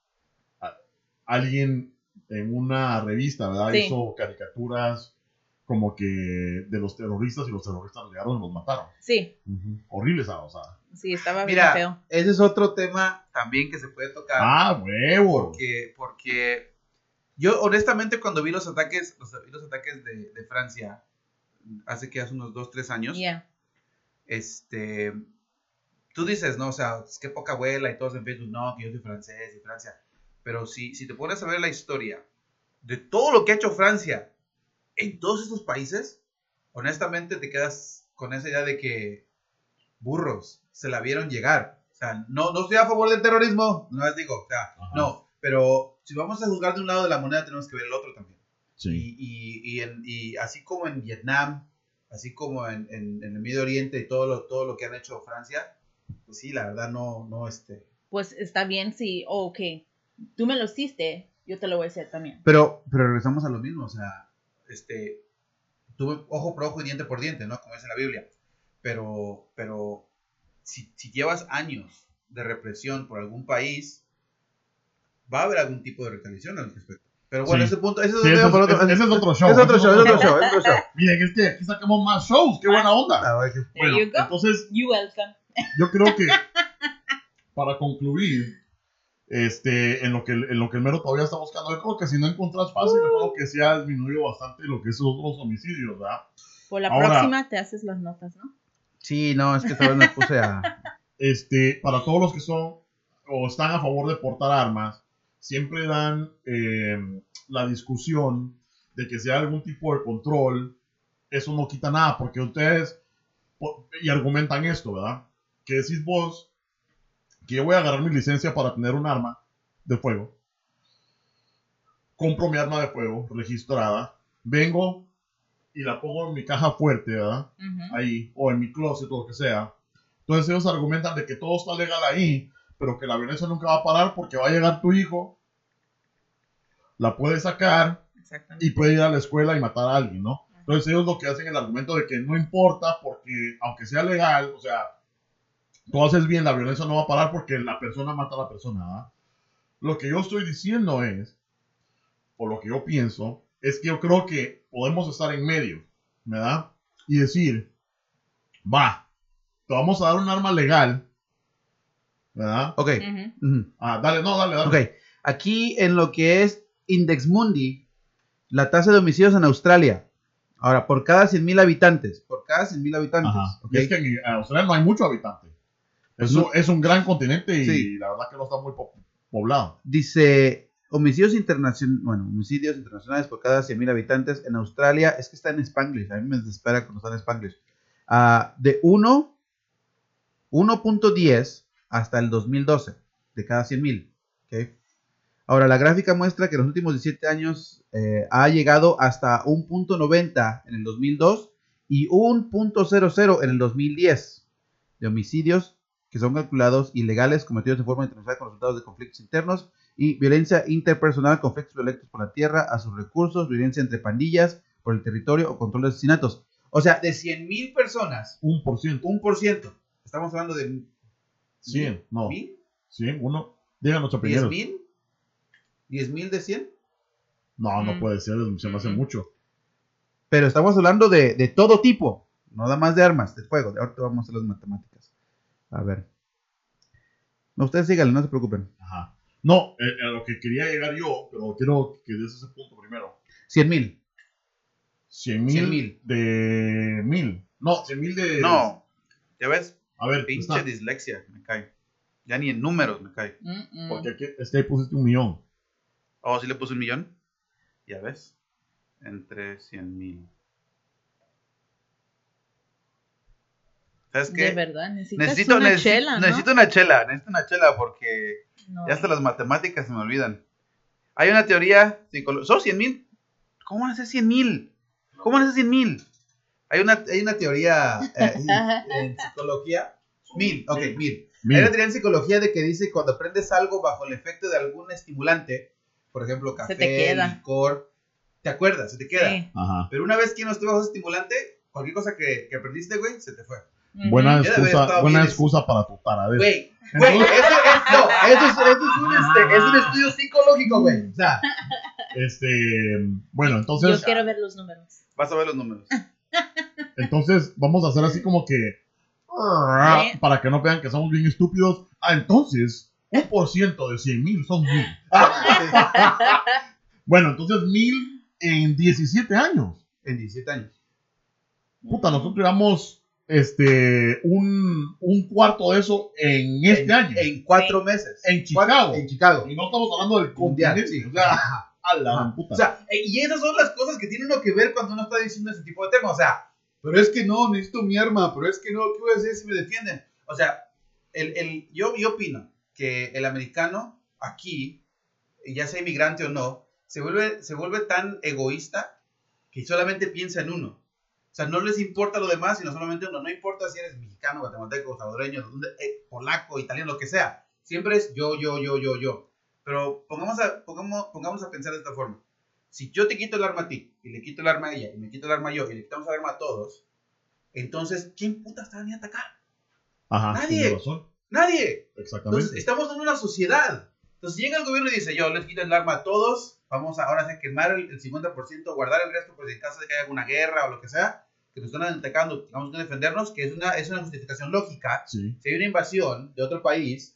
alguien en una revista, ¿verdad? Sí. Hizo caricaturas como que de los terroristas y los terroristas llegaron y los mataron. Sí. Horrible esa, o sea. Sí, estaba bien Mira, feo. ese es otro tema también que se puede tocar. ¡Ah, huevo! Porque yo honestamente cuando vi los ataques de Francia hace unos 2-3 años, Yeah. Tú dices, no, o sea, es que poca abuela y todos en Facebook, no, que yo soy francés y Francia. Pero si te pones a ver la historia de todo lo que ha hecho Francia en todos estos países, honestamente te quedas con esa idea de que burros se la vieron llegar. O sea, no estoy a favor del terrorismo, no les digo, o sea, no, pero si vamos a juzgar de un lado de la moneda tenemos que ver el otro también. Sí. Y así como en Vietnam, así como en el Medio Oriente y todo lo que han hecho Francia, pues sí, la verdad no. Pues está bien, sí, ok, tú me lo hiciste, yo te lo voy a hacer también. Pero regresamos a lo mismo, o sea, tuve ojo por ojo y diente por diente, ¿no? Como dice la Biblia. Pero si llevas años de represión por algún país, va a haber algún tipo de retaliación al respecto. Pero bueno, Sí. ese punto, ese es Sí, otro ese es otro show. Es otro show. Miren, es que aquí sacamos más shows, qué buena onda. There Bueno, you go. entonces, You welcome. yo creo que para concluir, en lo que el mero todavía está buscando, yo creo que si no encuentras fácil, yo creo que sí ha disminuido bastante lo que es los homicidios, ¿verdad? Por la Ahora, próxima te haces las notas, ¿no? Sí, no, es que esta vez me puse a... Para todos los que son o están a favor de portar armas, siempre dan la discusión de que si hay algún tipo de control, eso no quita nada, porque ustedes, y argumentan esto, ¿verdad? Que decís vos, que yo voy a agarrar mi licencia para tener un arma de fuego, compro mi arma de fuego registrada, vengo y la pongo en mi caja fuerte, ¿verdad? Ahí, o en mi closet o lo que sea. Entonces ellos argumentan de que todo está legal ahí, pero que la violencia nunca va a parar porque va a llegar tu hijo, la puede sacar y puede ir a la escuela y matar a alguien, ¿no? Entonces ellos lo que hacen es el argumento de que no importa porque aunque sea legal, o sea, tú haces bien, la violencia no va a parar porque la persona mata a la persona, ¿verdad? Lo que yo estoy diciendo es, o lo que yo pienso, es que yo creo que podemos estar en medio, ¿verdad? Y decir, va, te vamos a dar un arma legal, ¿verdad? Ok. Dale. Ok. Aquí en lo que es Index Mundi, la tasa de homicidios en Australia. Ahora, por cada 100,000 habitantes. Ajá. ¿Okay? Y es que en Australia no hay muchos habitantes. Es un gran continente y sí, la verdad que no está muy poblado. Dice, homicidios internacionales por cada 100,000 habitantes en Australia. Es que está en Spanglish. A mí me desespera cuando está en Spanglish. De 1.10 hasta el 2012, de cada 100,000. ¿Okay? Ahora, la gráfica muestra que en los últimos 17 años ha llegado hasta 1.90 en el 2002 y 1.00 en el 2010 de homicidios que son calculados ilegales cometidos de forma internacional con resultados de conflictos internos y violencia interpersonal, conflictos violentos por la tierra, a sus recursos, violencia entre pandillas, por el territorio o control de asesinatos. O sea, de 100,000 personas, 1%. Estamos hablando de 100, no. ¿1,000? 100, uno. Díganos, chapineros. 10,000. ¿10,000 de 100? No puede ser, se me hace mucho. Pero estamos hablando de todo tipo, no nada más de armas, de fuego. Ahorita vamos a hacer las matemáticas. A ver. No, ustedes síganle, no se preocupen. Ajá. No, a lo que quería llegar yo, pero quiero que des ese punto primero. 100,000. 100,000 de 1,000. No, 100,000 de... No, ¿ya ves? A ver, pinche dislexia, me cae. Ya ni en números me cae. Porque aquí, es que ahí pusiste 1,000,000. Oh, ¿sí le puse 1,000,000? Ya ves. Entre 100,000. ¿Sabes qué? De verdad, necesito una chela, ¿no? Necesito una chela porque ya hasta las matemáticas se me olvidan. Hay una teoría psicológica. ¿Son 100,000? ¿Cómo van a ser 100,000? Hay una teoría en psicología. 1000. Hay una teoría en psicología de que dice cuando aprendes algo bajo el efecto de algún estimulante, por ejemplo, café, licor, te acuerdas, se te queda. Sí. Pero una vez que no esté bajo ese estimulante, cualquier cosa que aprendiste, güey, se te fue. Buena excusa para tu taradez. Güey, eso es un estudio psicológico, güey. O sea, bueno, entonces. Yo quiero ver los números. Vas a ver los números. Entonces, vamos a hacer así como que. Para que no vean que somos bien estúpidos. Entonces, 1% de 100,000 son 1,000. Bueno, entonces 1,000 en 17 años. En 17 años. Puta, nosotros llevamos un cuarto de eso en este año. En 4 meses. En Chicago. En Chicago. Y no estamos hablando del mundial. Sí. O sea, a la puta. O sea, y esas son las cosas que tienen uno que ver cuando uno está diciendo ese tipo de temas. O sea, pero es que no, necesito mi arma, pero es que no, ¿qué voy a hacer si me defienden? O sea, yo opino que el americano aquí, ya sea inmigrante o no, se vuelve tan egoísta que solamente piensa en uno. O sea, no les importa lo demás, sino solamente uno. No importa si eres mexicano, guatemalteco, salvadoreño, polaco, italiano, lo que sea. Siempre es yo. Pero pongamos a pensar de esta forma. Si yo te quito el arma a ti, y le quito el arma a ella, y me quito el arma yo, y le quitamos el arma a todos, entonces, ¿quién putas te va a venir a atacar? Nadie. Exactamente. Entonces, estamos en una sociedad. Entonces, llega el gobierno y dice, yo les quito el arma a todos, vamos a ahora sí quemar el 50%, guardar el resto, pues en caso de que haya alguna guerra o lo que sea, que nos están atacando, tengamos que defendernos, que es una justificación lógica. Sí. Si hay una invasión de otro país,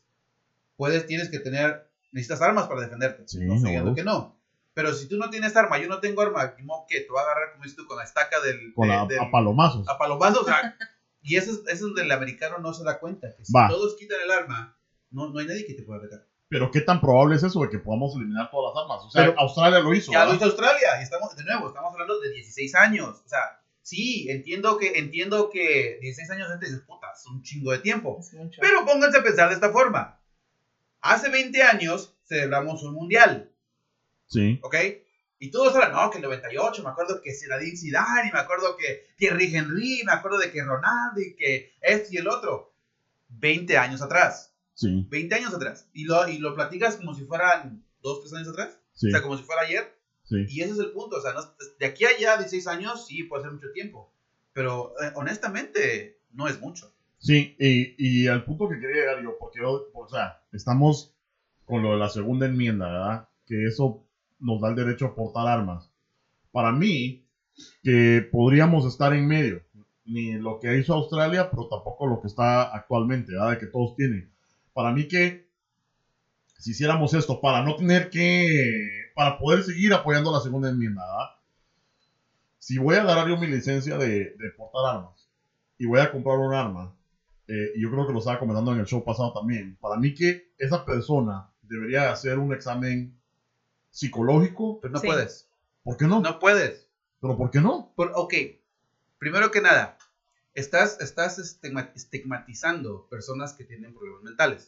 necesitas armas para defenderte. Sí, no estoy diciendo que no. Pero si tú no tienes arma, yo no tengo arma, ¿qué? Te va a agarrar, como dices tú, con la estaca a palomazos. A palomazos, o sea, y eso es donde el americano no se da cuenta, que si todos quitan el arma, no hay nadie que te pueda atacar. Pero ¿qué tan probable es eso de que podamos eliminar todas las armas? O sea, Australia lo hizo. Ya ¿verdad? Lo hizo Australia, y estamos hablando de 16 años, o sea, sí, entiendo que 16 años antes dices, puta, es un chingo de tiempo. Pero pónganse a pensar de esta forma. Hace 20 años celebramos un mundial. Sí. ¿Ok? Y todos hablan, no, que el 98, me acuerdo que Zinedine Zidane, y me acuerdo que Thierry Henry, me acuerdo de que Ronaldo, y que este y el otro. 20 años atrás. Sí. 20 años atrás. Y lo platicas como si fueran 2, 3 años atrás. Sí. O sea, como si fuera ayer. Sí. Y ese es el punto. O sea, de aquí a allá, 16 años, sí, puede ser mucho tiempo. Pero, honestamente, no es mucho. Sí, y al punto que quería llegar yo, porque, o sea, estamos con lo de la segunda enmienda, ¿verdad? Que eso nos da el derecho a portar armas. Para mí, que podríamos estar en medio, ni lo que hizo Australia, pero tampoco lo que está actualmente, ¿verdad? De que todos tienen. Para mí que si hiciéramos esto para no tener para poder seguir apoyando la segunda enmienda, ¿verdad? Si voy a agarrar yo mi licencia de portar armas y voy a comprar un arma, y yo creo que lo estaba comentando en el show pasado también, para mí que esa persona debería hacer un examen psicológico. Pero no puedes. ¿Por qué no? No puedes. ¿Pero por qué no? Ok, primero que nada, estás estigmatizando personas que tienen problemas mentales.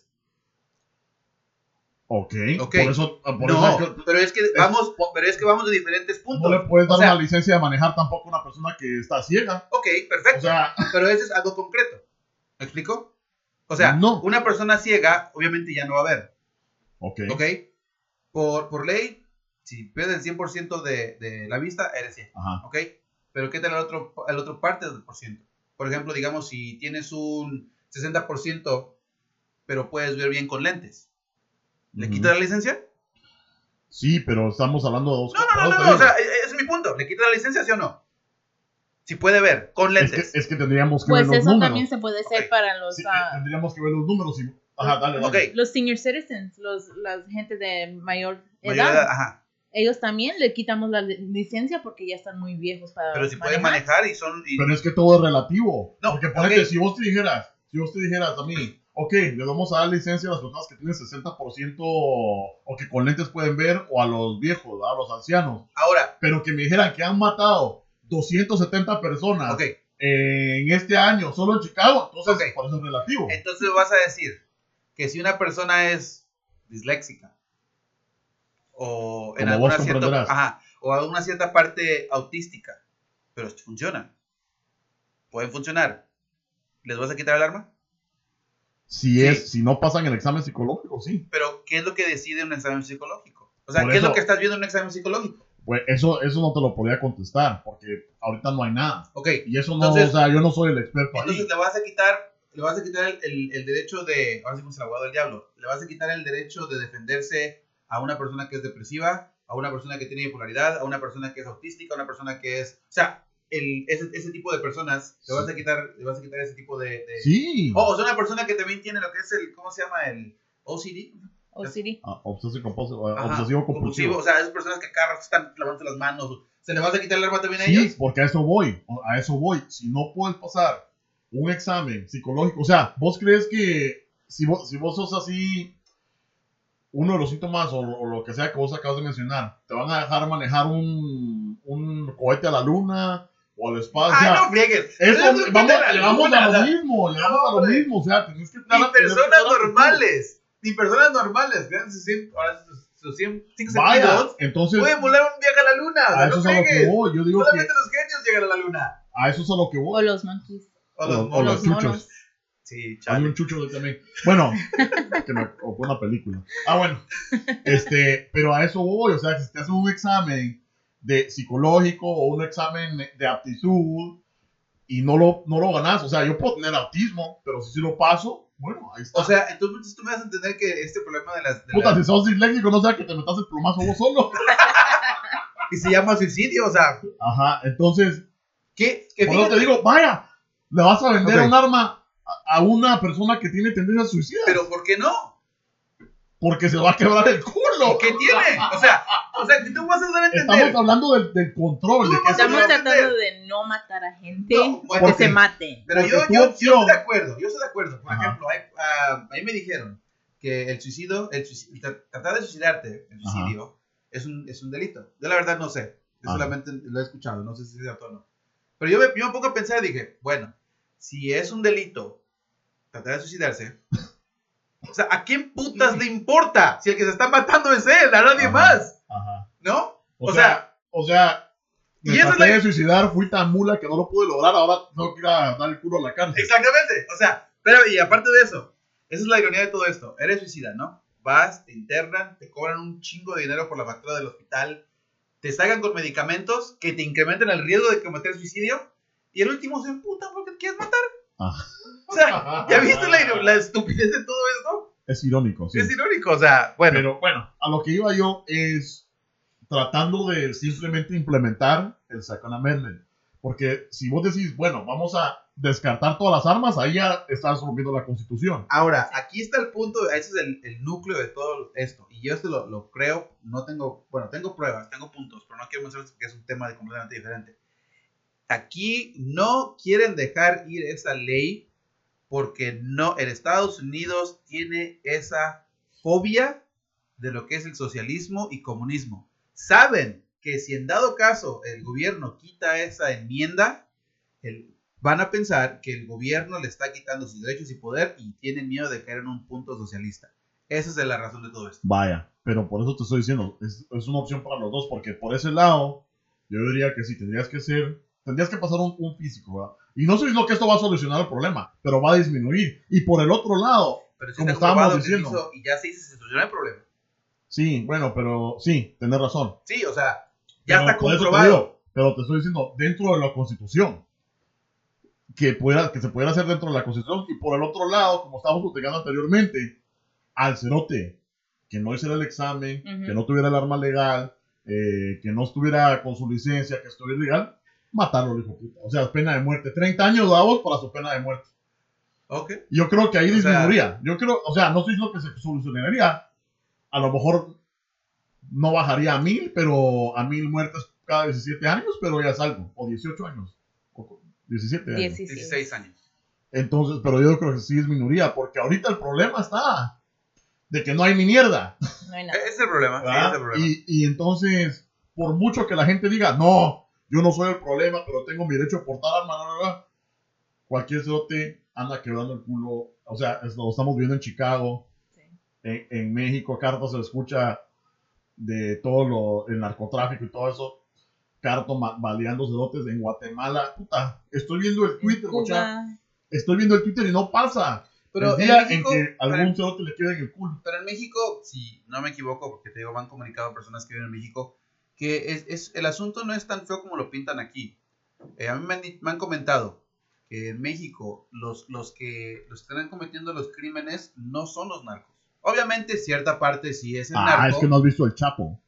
Ok. Pero es que vamos de diferentes puntos. No le puedes dar una licencia de manejar tampoco a una persona que está ciega. Ok, perfecto. O sea, pero eso es algo concreto. ¿Me explico? O sea, no. Una persona ciega obviamente ya no va a ver. Ok. Por ley, si pierdes el 100% de la vista, eres ciego. Ajá. Ok. Pero ¿qué tal el otro parte del porciento? Por ejemplo, digamos, si tienes un 60%, pero puedes ver bien con lentes, ¿le quitas la licencia? Sí, pero estamos hablando de dos cosas. No, o sea, ese es mi punto. ¿Le quitas la licencia, sí o no? Si puede ver, con lentes. Es que tendríamos que ver los números. Pues eso también se puede hacer para los... Sí, tendríamos que ver los números. Ajá, dale. Okay. Los senior citizens, la gente de mayor edad. Ajá. Ellos también le quitamos la licencia porque ya están muy viejos para Pero si pueden manejar y son... Pero es que todo es relativo. No, porque, por ejemplo, si vos te dijeras a mí, ok, le vamos a dar licencia a las personas que tienen 60% o que con lentes pueden ver, o a los viejos, a los ancianos. Ahora. Pero que me dijeran que han matado 270 personas en este año solo en Chicago, entonces por eso es relativo. Entonces vas a decir que si una persona es disléxica o en alguna cierta parte autística, pero funciona. pueden funcionar. ¿Les vas a quitar el arma? Si no pasan el examen psicológico, sí. Pero, ¿qué es lo que decide un examen psicológico? O sea, ¿qué es lo que estás viendo en un examen psicológico? Pues eso no te lo podría contestar, porque ahorita no hay nada. Ok. Y eso no, entonces, o sea, yo no soy el experto entonces ahí. Entonces le vas a quitar el derecho de, ahora sí como es el abogado del diablo, le vas a quitar el derecho de defenderse a una persona que es depresiva, a una persona que tiene bipolaridad, a una persona que es autística, a una persona que es, o sea, ese tipo de personas, le vas a quitar ese tipo de... Sí. O sea, una persona que también tiene lo que es el, ¿cómo se llama? El OCD. OCD. Obsesivo compulsivo. O sea, esas personas que cada rato están lavándose las manos, ¿se le vas a quitar el arma también a ellos? Sí, porque a eso voy. Si no puedes pasar un examen psicológico, o sea, ¿vos crees que si vos sos así, uno de los síntomas o lo que sea que vos acabas de mencionar, te van a dejar manejar un cohete a la luna o al espacio? ¡Ay, no friegues! Le vamos a lo mismo, o sea, tenés que estar... Ni personas normales, ahora sus 5 sentidos, entonces puede emular un viaje a la luna. A eso es a lo que voy. Yo digo solamente los genios llegan a la luna. A eso es a lo que voy. O los monkeys. O los chuchos. Sí, hay un chucho de también. Bueno, o fue una película. Bueno. Pero a eso voy. O sea, si te hacen un examen de psicológico o un examen de aptitud y no lo ganas, o sea, yo puedo tener autismo, pero si lo paso, bueno, ahí está. O sea, entonces tú me vas a entender que este problema de las... si sos disléxico, no sea que te metas el plomazo vos solo. Y se llama suicidio, o sea... Ajá, entonces... ¿Qué? Cuando te digo, vaya, le vas a vender un arma a una persona que tiene tendencia a suicidio. ¿Pero por qué no? Porque se va a quebrar el culo. ¿Qué tiene? O sea, que tú vas a dar a entender. Estamos hablando del control. Estamos tratando de no matar a gente que se mate. Pero yo estoy de acuerdo. Por ejemplo, ahí me dijeron que el suicidio, tratar de suicidarte, el suicidio, es un delito. Yo la verdad no sé. Yo solamente lo he escuchado. No sé si es cierto o no. Pero yo me pongo a pensar y dije, bueno, si es un delito tratar de suicidarse... O sea, ¿a quién putas le importa? Si el que se está matando es él, a nadie más. Ajá. ¿No? O sea, me traté de suicidar, fui tan mula que no lo pude lograr, ahora tengo que ir a dar el culo a la cárcel. Exactamente. O sea, pero y aparte de eso, esa es la ironía de todo esto. Eres suicida, ¿no? Vas, te internan, te cobran un chingo de dinero por la factura del hospital, te salgan con medicamentos que te incrementan el riesgo de cometer suicidio, y el último se emputa porque te quieres matar. O sea, ¿ya viste la estupidez de todo esto? Es irónico, sí. Es irónico, o sea, bueno. Pero bueno, a lo que iba yo es tratando de simplemente implementar el Second Amendment. Porque si vos decís, bueno, vamos a descartar todas las armas, ahí ya estás rompiendo la Constitución. Ahora, aquí está el punto, ese es el núcleo de todo esto. Y yo esto lo creo, tengo pruebas, tengo puntos, pero no quiero mencionar que es un tema completamente diferente. Aquí no quieren dejar ir esa ley porque no, en Estados Unidos tiene esa fobia de lo que es el socialismo y comunismo. Saben que si en dado caso el gobierno quita esa enmienda, van a pensar que el gobierno le está quitando sus derechos y poder y tienen miedo de caer en un punto socialista. Esa es la razón de todo esto. Vaya, pero por eso te estoy diciendo, es una opción para los dos, porque por ese lado, yo diría que sí, tendrías que pasar un físico, ¿verdad? Y no estoy diciendo que esto va a solucionar el problema, pero va a disminuir. Y por el otro lado, pero si como estábamos diciendo... y ya se solucionó el problema. Sí, bueno, pero sí, tenés razón. Sí, o sea, ya está comprobado. Pero te estoy diciendo, dentro de la Constitución, que se pudiera hacer dentro de la Constitución. Y por el otro lado, como estábamos platicando anteriormente, al cerote que no hiciera el examen, que no tuviera el arma legal, que no estuviera con su licencia, que estuviera legal, matarlo, hijo puta. O sea, pena de muerte. 30 años davos para su pena de muerte. Ok. Yo creo que ahí disminuiría. No estoy diciendo que se solucionaría. A lo mejor no bajaría a 1000, pero a 1000 muertes cada 17 años, pero ya es algo. O 18 años. O 17 años. 16 años. Entonces, pero yo creo que sí disminuiría, porque ahorita el problema está de que no hay ni mierda. No hay nada. Ese es el problema. Sí, ese es el problema. Y entonces, por mucho que la gente diga, no, yo no soy el problema, pero tengo mi derecho a portar arma, cualquier cerote anda quebrando el culo. O sea, lo estamos viendo en Chicago, sí. En México, acá se escucha de todo el narcotráfico y todo eso. Carto baleando cerotes en Guatemala. Puta, estoy viendo el Twitter, muchacha. Estoy viendo el Twitter y no pasa. Pero el día en México, en que algún cerote le queda en el culo. Pero en México, si no me equivoco, porque te digo, me han comunicado personas que viven en México, que el asunto no es tan feo como lo pintan aquí. A mí me han comentado que en México los que están cometiendo los crímenes no son los narcos. Obviamente cierta parte sí es el narco. Es que no has visto el Chapo.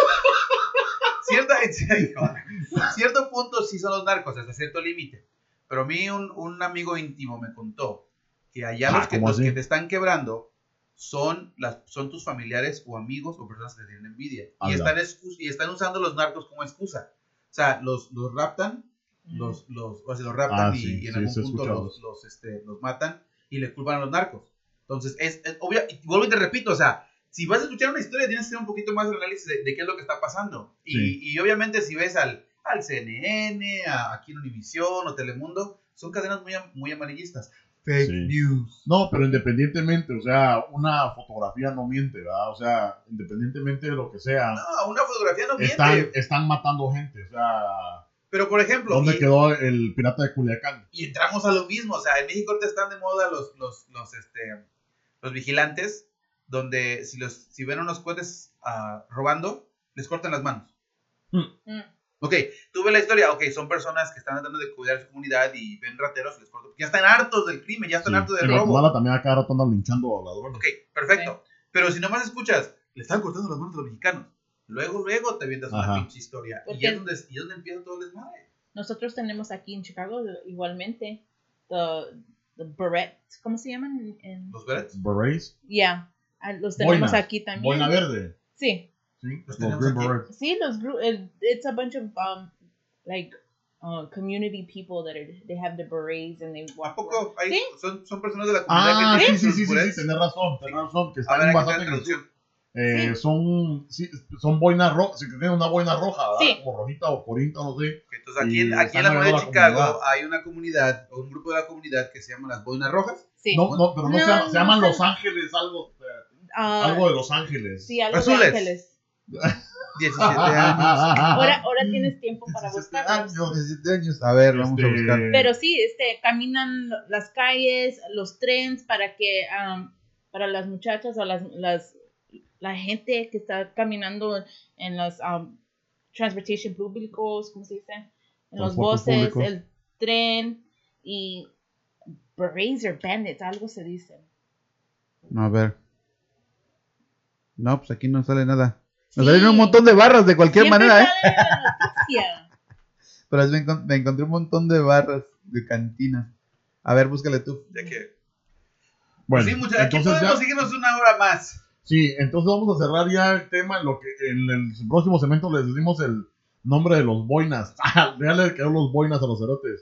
Cierto punto sí son los narcos, hasta cierto límite. Pero a mí un amigo íntimo me contó que allá los que te están quebrando son tus familiares o amigos o personas que te tienen envidia. Y están usando los narcos como excusa. O sea, los raptan, los raptan y en algún punto los matan y le culpan a los narcos. Entonces, es obvio, y vuelvo y te repito, o sea, si vas a escuchar una historia tienes que hacer un poquito más de análisis de qué es lo que está pasando. Y obviamente si ves al CNN, aquí en Univisión o Telemundo, son cadenas muy amarillistas. Fake news. No, pero independientemente, o sea, una fotografía no miente, ¿verdad? O sea, independientemente de lo que sea. No, una fotografía no miente. Están matando gente, o sea. Pero por ejemplo. ¿Dónde quedó el pirata de Culiacán? Y entramos a lo mismo, o sea, en México ahorita están de moda los vigilantes, donde si ven unos cohetes robando, les cortan las manos. Ok, tú ves la historia, son personas que están tratando de cuidar su comunidad y ven rateros y les cortan. Ya están hartos del crimen, ya están hartos del robo. Guatemala también acá rato andan linchando a ladrones. Ok, perfecto. Sí. Pero si nomás escuchas, le están cortando las manos a los mexicanos, luego te vienes una pinche historia. Y es donde empieza todo el desmadre. Nosotros tenemos aquí en Chicago igualmente the berets, ¿cómo se llaman? ¿Los berets? ¿Berets? Yeah, los tenemos aquí también. Boina verde. Sí. Sí, los Green Berets. Sí, it's a bunch of community people that they have the berets and they walk. ¿A poco? ¿Sí? Son personas de la comunidad que sí, tenés razón, que están bastante en el sur. Son boinas rojas, si tienen una boina roja, ¿verdad? Como rojita o corinta, no sé. Entonces aquí en la ciudad de Chicago hay una comunidad, o un grupo de la comunidad que se llama las boinas rojas. Sí. Pero no se llaman Los Ángeles, algo de Los Ángeles. Sí, algo Azules. de Ángeles. 17 años. Ahora tienes tiempo para buscarlos. 17 años. A ver, vamos a buscar. Pero sí, caminan las calles, los trenes para que para las muchachas o la gente que está caminando en los transportation públicos, ¿cómo se dice? En los buses, el tren y berets or bandits, algo se dice. A ver. No, pues aquí no sale nada. Nos salen un montón de barras de cualquier manera, sale la noticia. Pero me encontré un montón de barras de cantinas. A ver, búscale tú. Ya que. Bueno, sí, muchachos, aquí podemos seguirnos una hora más. Sí, entonces vamos a cerrar ya el tema. En el próximo segmento les decimos el nombre de los boinas. Ya le quedaron los boinas a los cerotes.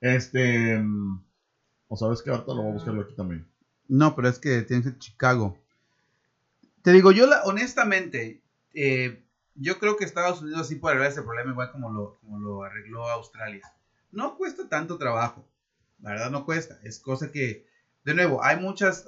O sabes que ahorita lo voy a buscar aquí también. No, pero es que tiene que ser Chicago. Te digo, honestamente, yo creo que Estados Unidos sí puede arreglar ese problema igual como lo arregló Australia. No cuesta tanto trabajo. La verdad no cuesta. Es cosa que, de nuevo, hay muchos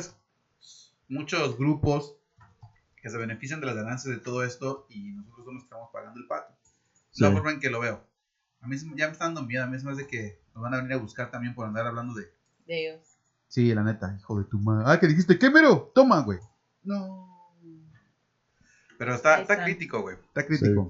grupos que se benefician de las ganancias de todo esto y nosotros somos los que estamos pagando el pato. Es la forma en que lo veo. A mí ya me está dando miedo. A mí es más de que nos van a venir a buscar también por andar hablando de ellos. Sí, la neta, hijo de tu madre. ¿Qué dijiste? ¿Qué, mero? Toma, güey. No. Pero está crítico, güey. Está crítico.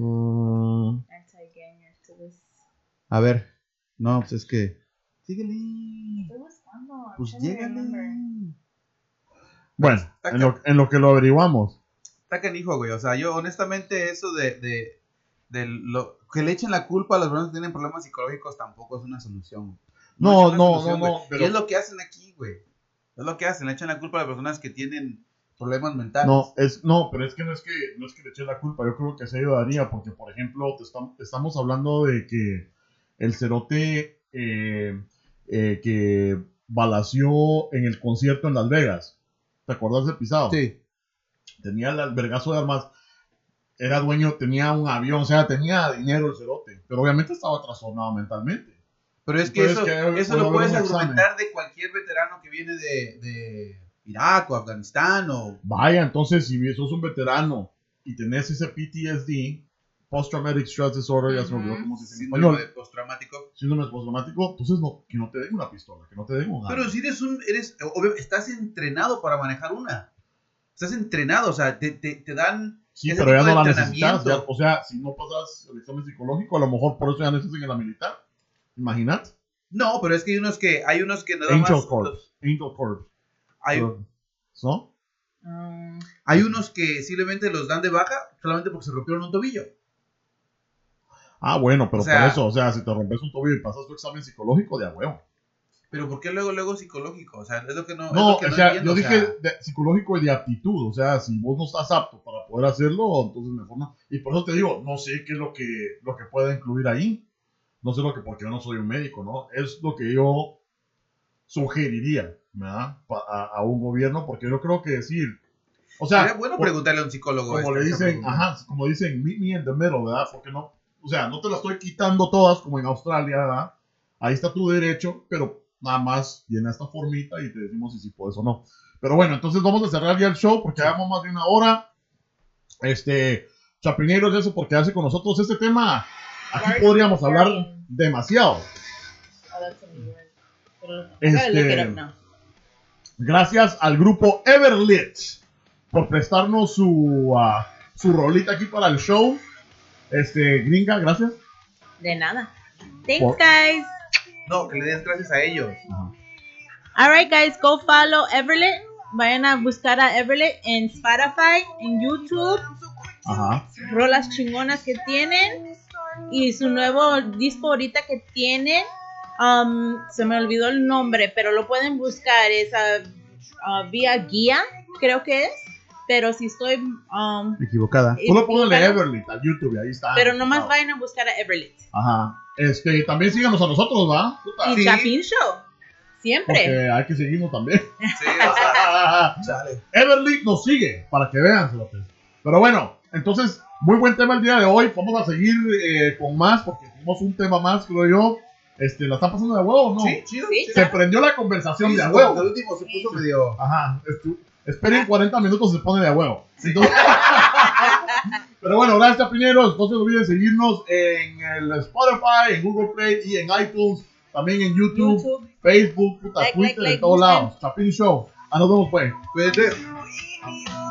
A ver. No, pues es que. Síguele. Estoy buscando. Pues llégale. Bueno, en lo que lo averiguamos. Está canijo, güey. O sea, yo honestamente eso de que le echen la culpa a las personas que tienen problemas psicológicos tampoco es una solución. No. Pero... Y es lo que hacen aquí, güey. Es lo que hacen, le echan la culpa a las personas que tienen problemas mentales. Pero es que no es que le echen la culpa. Yo creo que se ayudaría porque, por ejemplo, estamos hablando de que el cerote que balació en el concierto en Las Vegas. ¿Te acuerdas del pisado? Sí. Tenía el albergazo de armas. Era dueño, tenía un avión, o sea, tenía dinero el cerote. Pero obviamente estaba trastornado mentalmente. Pero es que eso lo puedes argumentar de cualquier veterano que viene de Irak o Afganistán o... Vaya, entonces si sos un veterano y tenés ese PTSD, Post-traumatic stress disorder, ya se me olvidó cómo se dice en Síndrome español. postraumático. Síndrome postraumático, entonces que no te den una pistola, que no te den un arma. Pero si estás entrenado para manejar una. Estás entrenado, o sea, te dan... Sí, ese pero ya tipo no de la necesitas. entrenamiento. O sea, si no pasas el examen psicológico, a lo mejor por eso ya necesitas en la militar. Imagínate. No, pero es que hay unos que nada Angel más... Corps. Angel Corps. Hay, ¿No? hay unos que simplemente los dan de baja solamente porque se rompieron un tobillo. Ah, bueno, pero O sea, por eso, o sea, si te rompes un tobillo y pasas tu examen psicológico, de a huevo. Pero ¿por qué luego psicológico? O sea, es lo que no... No, es lo que o sea, entiendo, yo o sea, dije psicológico y de aptitud. O sea, si vos no estás apto para poder hacerlo, entonces mejor no. Y por eso te digo, no sé qué es lo que pueda incluir ahí. No sé porque yo no soy un médico, ¿no? Es lo que yo sugeriría, ¿verdad? A un gobierno, porque yo creo que decir... O sea, sería bueno preguntarle a un psicólogo. como le dicen, como dicen, meet me in the middle, ¿verdad? Porque no, o sea, no te las estoy quitando todas como en Australia, ¿verdad? Ahí está tu derecho, pero nada más llena esta formita y te decimos si puedes o no. Pero bueno, entonces vamos a cerrar ya el show porque llevamos más de una hora. Chapineros, eso por quedarse con nosotros. Este tema, aquí podríamos hablar demasiado. Gracias al grupo Everlit por prestarnos su rolita aquí para el show. Gringa, gracias. De nada. Thanks, guys. No, que le des gracias a ellos. Alright, guys, go follow Everlit. Vayan a buscar a Everlit en Spotify, en YouTube. Ajá. Rolas chingonas que tienen. Y su nuevo disco ahorita que tienen. Se me olvidó el nombre, pero lo pueden buscar. Es vía guía, creo que es. Pero si estoy equivocada. Solo pónganle Everlit al YouTube, ahí está. Pero nomás vayan a buscar a Everlit. Ajá. También síganos a nosotros, ¿va? Y sí. Chapin Show. Siempre. Porque hay que seguirnos también. Sí, o sea, chale. Everlit nos sigue, para que vean. Pero bueno, entonces, muy buen tema el día de hoy. Vamos a seguir con más, porque tenemos un tema más, creo yo. ¿La están pasando de huevo o no? Sí, chido. Sí, se prendió la conversación de huevo. El último se puso medio... Ajá. Esperen 40 minutos, se pone de huevo. Entonces, pero bueno, gracias, chapineros. No se olviden seguirnos en el Spotify, en Google Play y en iTunes. También en YouTube. Facebook, Twitter, en todos lados. Chapin Show. Nos vemos, pues. Cuídense.